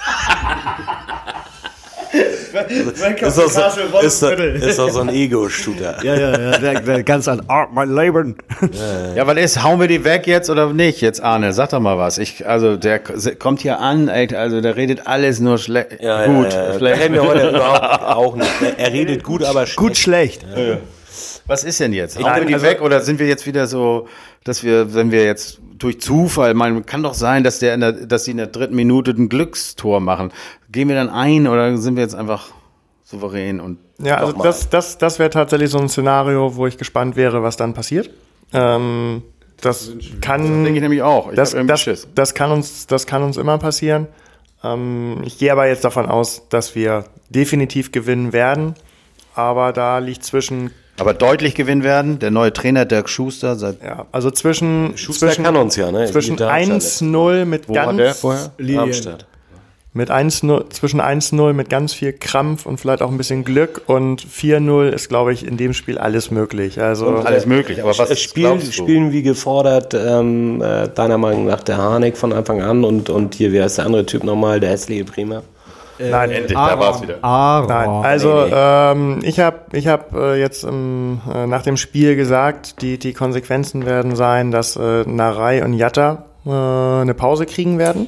Ist doch so, ist doch, ist doch so ein Ego-Shooter. Ja, ja, ja, der, der ganz an Art, mein Leben. Ja, was ist, hauen wir die weg jetzt oder nicht? Jetzt Arne, sag doch mal was. Ich, also der k- kommt hier an, ey, also der redet alles nur schlecht. Ja, gut, ja, ja. schlecht. Reden wir heute überhaupt auch nicht. Er redet gut, aber schlecht. Gut, schlecht. Was ist denn jetzt? Hauen Nein, wir die also- weg oder sind wir jetzt wieder so, dass wir, wenn wir jetzt durch Zufall, man kann doch sein, dass der, in der, dass die in der dritten Minute ein Glückstor machen. Gehen wir dann ein oder sind wir jetzt einfach souverän und Ja, also Nochmal. das, das, das wäre tatsächlich so ein Szenario, wo ich gespannt wäre, was dann passiert. Ähm, das kann, denke ich nämlich auch. Ich das, hab irgendwie das, Schiss. das, kann uns, das kann uns immer passieren. Ähm, ich gehe aber jetzt davon aus, dass wir definitiv gewinnen werden. Aber da liegt zwischen, aber deutlich gewinnen werden. Der neue Trainer Dirk Schuster seit ja, also zwischen, Schuster zwischen, kann uns ja, ne? zwischen Die Darmstadt eins null mit wo war der ganz, vorher? Darmstadt. mit eins null, zwischen eins null mit ganz viel Krampf und vielleicht auch ein bisschen Glück und vier null ist, glaube ich, in dem Spiel alles möglich. Also Alles möglich. Aber was Es spielen, glaubst du? spielen wie gefordert, ähm, äh, deiner Meinung nach der Harnik von Anfang an und, und hier, wie heißt der andere Typ nochmal, der hässliche Bremer? nein, Endlich, da war es wieder. Aaron. Nein, also nee, nee. ähm, ich habe ich hab, äh, jetzt ähm, äh, nach dem Spiel gesagt, die, die Konsequenzen werden sein, dass äh, Narei und Jatta äh, eine Pause kriegen werden.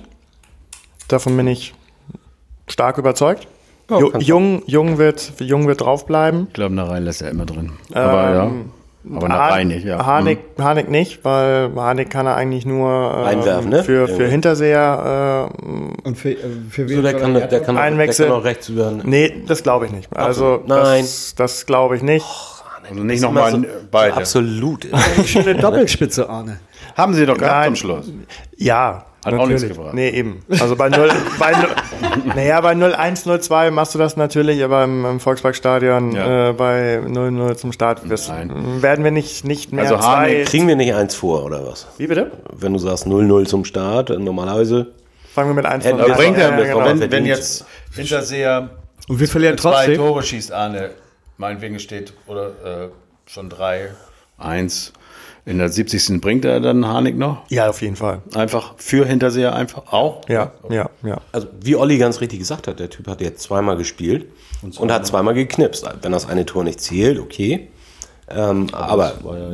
Davon bin ich stark überzeugt. Ju- Jung, Jung, wird, Jung wird draufbleiben. Ich glaube, Narein lässt er immer drin. Aber ja. Aber Narein nicht, ja. Harnik, Harnik nicht, weil Harnik kann er eigentlich nur äh, Einwerfen, ne? für, für Ja. Hinterseher. Äh, Und für, äh, für wen So, der soll kann, er der kann, auch, der Einwechsel. kann auch rechts über. nee, das glaube ich nicht. Also Nein. das, das glaube ich nicht. Also nicht nochmal so, beide. Absolut. schöne Doppelspitze, Arne. Haben sie doch gehabt Nein. zum Schluss. Ja, Hat auch nichts gebracht. Nee, eben. Also bei null, bei null, naja, bei null eins, null zwei machst du das natürlich, aber im, im Volksparkstadion Ja. äh, bei null null zum Start wirst, Nein. werden wir nicht, nicht mehr Also zwei. Harnik Kriegen wir nicht eins vor, oder was? Wie bitte? Wenn du sagst null null zum Start, normalerweise. Fangen wir mit eins Hätten null wir an. Bringt Ja, er, das genau. war wenn, verdient. wenn jetzt Hinterseher Und wir verlieren zwei trotzdem. Tore schießt, Arne, meinetwegen steht oder äh, schon drei, eins. In der siebzigsten bringt er dann Harnik noch. Ja, auf jeden Fall. Einfach für Hinterseher einfach auch. Ja, ja, ja. Also, wie Olli ganz richtig gesagt hat, der Typ hat jetzt zweimal gespielt und, hat zweimal geknipst. Wenn das eine Tor nicht zählt, okay. Ähm, aber,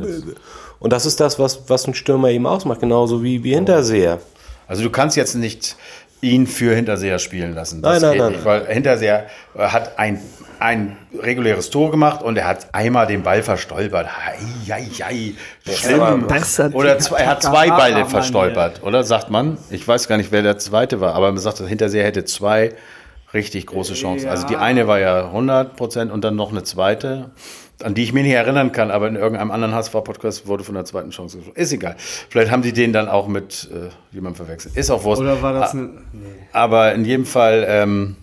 und das ist das, was, was ein Stürmer eben ausmacht, genauso wie, wie Hinterseher. Also du kannst jetzt nicht ihn für Hinterseher spielen lassen. Nein, nein, geht nein, nicht, weil Hinterseher hat ein, ein reguläres Tor gemacht und er hat einmal den Ball verstolpert. Hei, hei, hei. Schlimm. Besser Oder zwei, er hat zwei Bälle Mann, verstolpert, oder? Sagt man. Ich weiß gar nicht, wer der zweite war, aber man sagt, Hinterseher hätte zwei richtig große Chancen. Also die eine war ja hundert Prozent und dann noch eine zweite, an die ich mich nicht erinnern kann, aber in irgendeinem anderen H S V-Podcast wurde von der zweiten Chance gesprochen. Ist egal. Vielleicht haben die den dann auch mit äh, jemandem verwechselt. Ist auch Wurst. Oder war das Ah, ein. Nee. Aber in jedem Fall ähm,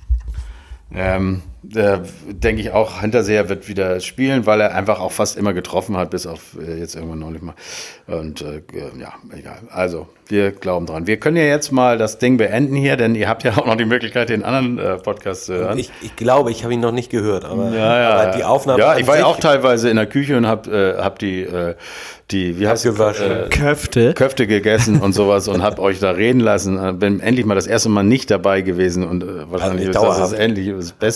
ähm, äh, denke ich auch, Hinterseher wird wieder spielen, weil er einfach auch fast immer getroffen hat, bis auf äh, jetzt irgendwann neulich mal. Und äh, ja, egal. Also, wir glauben dran. Wir können ja jetzt mal das Ding beenden hier, denn ihr habt ja auch noch die Möglichkeit, den anderen äh, Podcast zu hören. Ich, ich glaube, ich habe ihn noch nicht gehört, aber, Ja, ja. aber die Aufnahme. Ja, an ich war ja sich auch teilweise in der Küche und hab, äh, hab die, äh, die, wie heißt Abgewaschen. Äh, Köfte. Köfte gegessen und sowas und hab euch da reden lassen. Bin endlich mal das erste Mal nicht dabei gewesen und äh, wahrscheinlich Also ist das dauerhaft. das endlich das beste Mal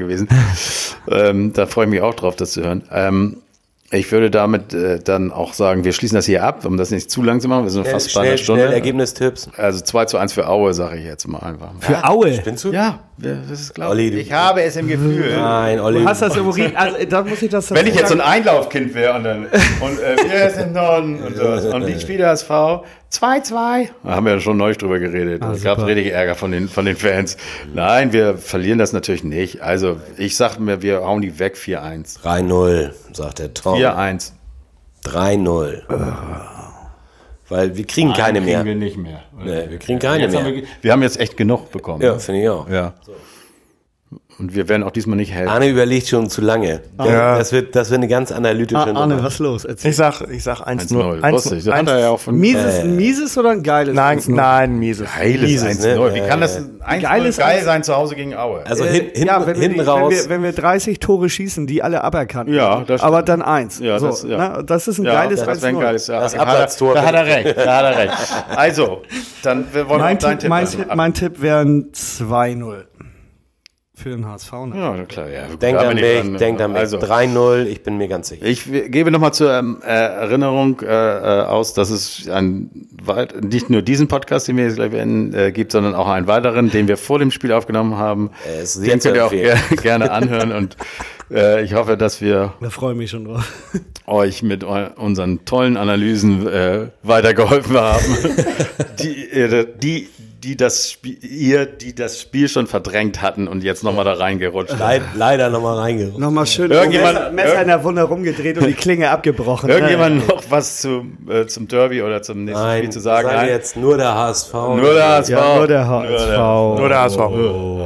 gewesen. ähm, da freue ich mich auch drauf, das zu hören. Ähm, Ich würde damit äh, dann auch sagen, wir schließen das hier ab, um das nicht zu lang zu machen. Wir sind Schnell, fast bei einer schnell, Stunde. schnell Ergebnistipps. Also zwei zu eins für Aue, sage ich jetzt mal einfach. Für Aue. Spinnst du? Ja, das ist klar. Olli, du- Ich habe es im Gefühl. Nein, Olli. Du hast das im Urin, also da muss ich das Wenn ich jetzt so ein Einlaufkind wäre und dann und äh, wir sind Norden und so. Und ich spiele das V zwei zwei. Da haben wir ja schon neulich drüber geredet. Ah, Es gab super. richtig Ärger von den, von den Fans. Nein, wir verlieren das natürlich nicht. Also ich sag mir, wir hauen die weg vier eins. drei null, sagt der Tom. vier eins. drei null. Weil wir kriegen keine Einen mehr. kriegen wir nicht mehr. Nee, wir kriegen keine Jetzt mehr. haben wir, wir haben jetzt echt genug bekommen. Ja, finde ich auch. Ja. Und wir werden auch diesmal nicht helfen. Arne überlegt schon zu lange. Ja. Das, wird, das wird eine ganz analytische Ah, Arne, Nummer. was ist los? Erzähl. Ich sag, ich sag eins eins null. null. Wusste ich. Das hat er ja auch von Mieses, ein mieses oder ein geiles? Nein, eins null? nein, mieses. Geiles Dieses, eins null. ne? Wie Ja, kann das ja. eins null Geiles geil eins- sein zu Hause gegen Aue? Also Äh, hin, hinten, ja, wenn wir, hinten die, raus. Wenn wir, wenn wir dreißig Tore schießen, die alle aberkannt. Ja, das stimmt. aber dann eins. Ja, so, das- ja. na, das ist ein Ja, geiles das wäre ein eins null. geiles. Ja, Das da hat er- Abseitstor. Da hat er recht. Da hat er recht. Also, dann wir wollen Mein auch deinen Tipp, mein, lassen. Tipp, mein Tipp wäre ein zwei null. Für den H S V. Ne? Ja, klar, ja. Denk Da an bin ich mich, dran. denk an mich. Also, drei null, ich bin mir ganz sicher. ich gebe nochmal zur ähm, Erinnerung äh, äh, aus, dass es ein, weit- nicht nur diesen Podcast, den wir jetzt gleich beenden, äh, gibt, sondern auch einen weiteren, den wir vor dem Spiel aufgenommen haben. Er ist Den sehr könnt ihr auch zu ger empfehlen. gerne anhören und äh, ich hoffe, dass wir Da freue ich mich schon drauf. euch mit eu unseren tollen Analysen äh, weitergeholfen haben, die, äh, die, die das Spiel, ihr, die das Spiel schon verdrängt hatten und jetzt nochmal da reingerutscht. Leid, leider nochmal reingerutscht. Nochmal schön Irgendjemand- Messer, Messer in der Wunde rumgedreht und die Klinge abgebrochen. Irgendjemand noch was zum, äh, zum Derby oder zum nächsten Nein, Spiel zu sagen? sagen Nein? jetzt nur der H S V. Nur der H S V. Ja, nur der H S V. Nur der H S V.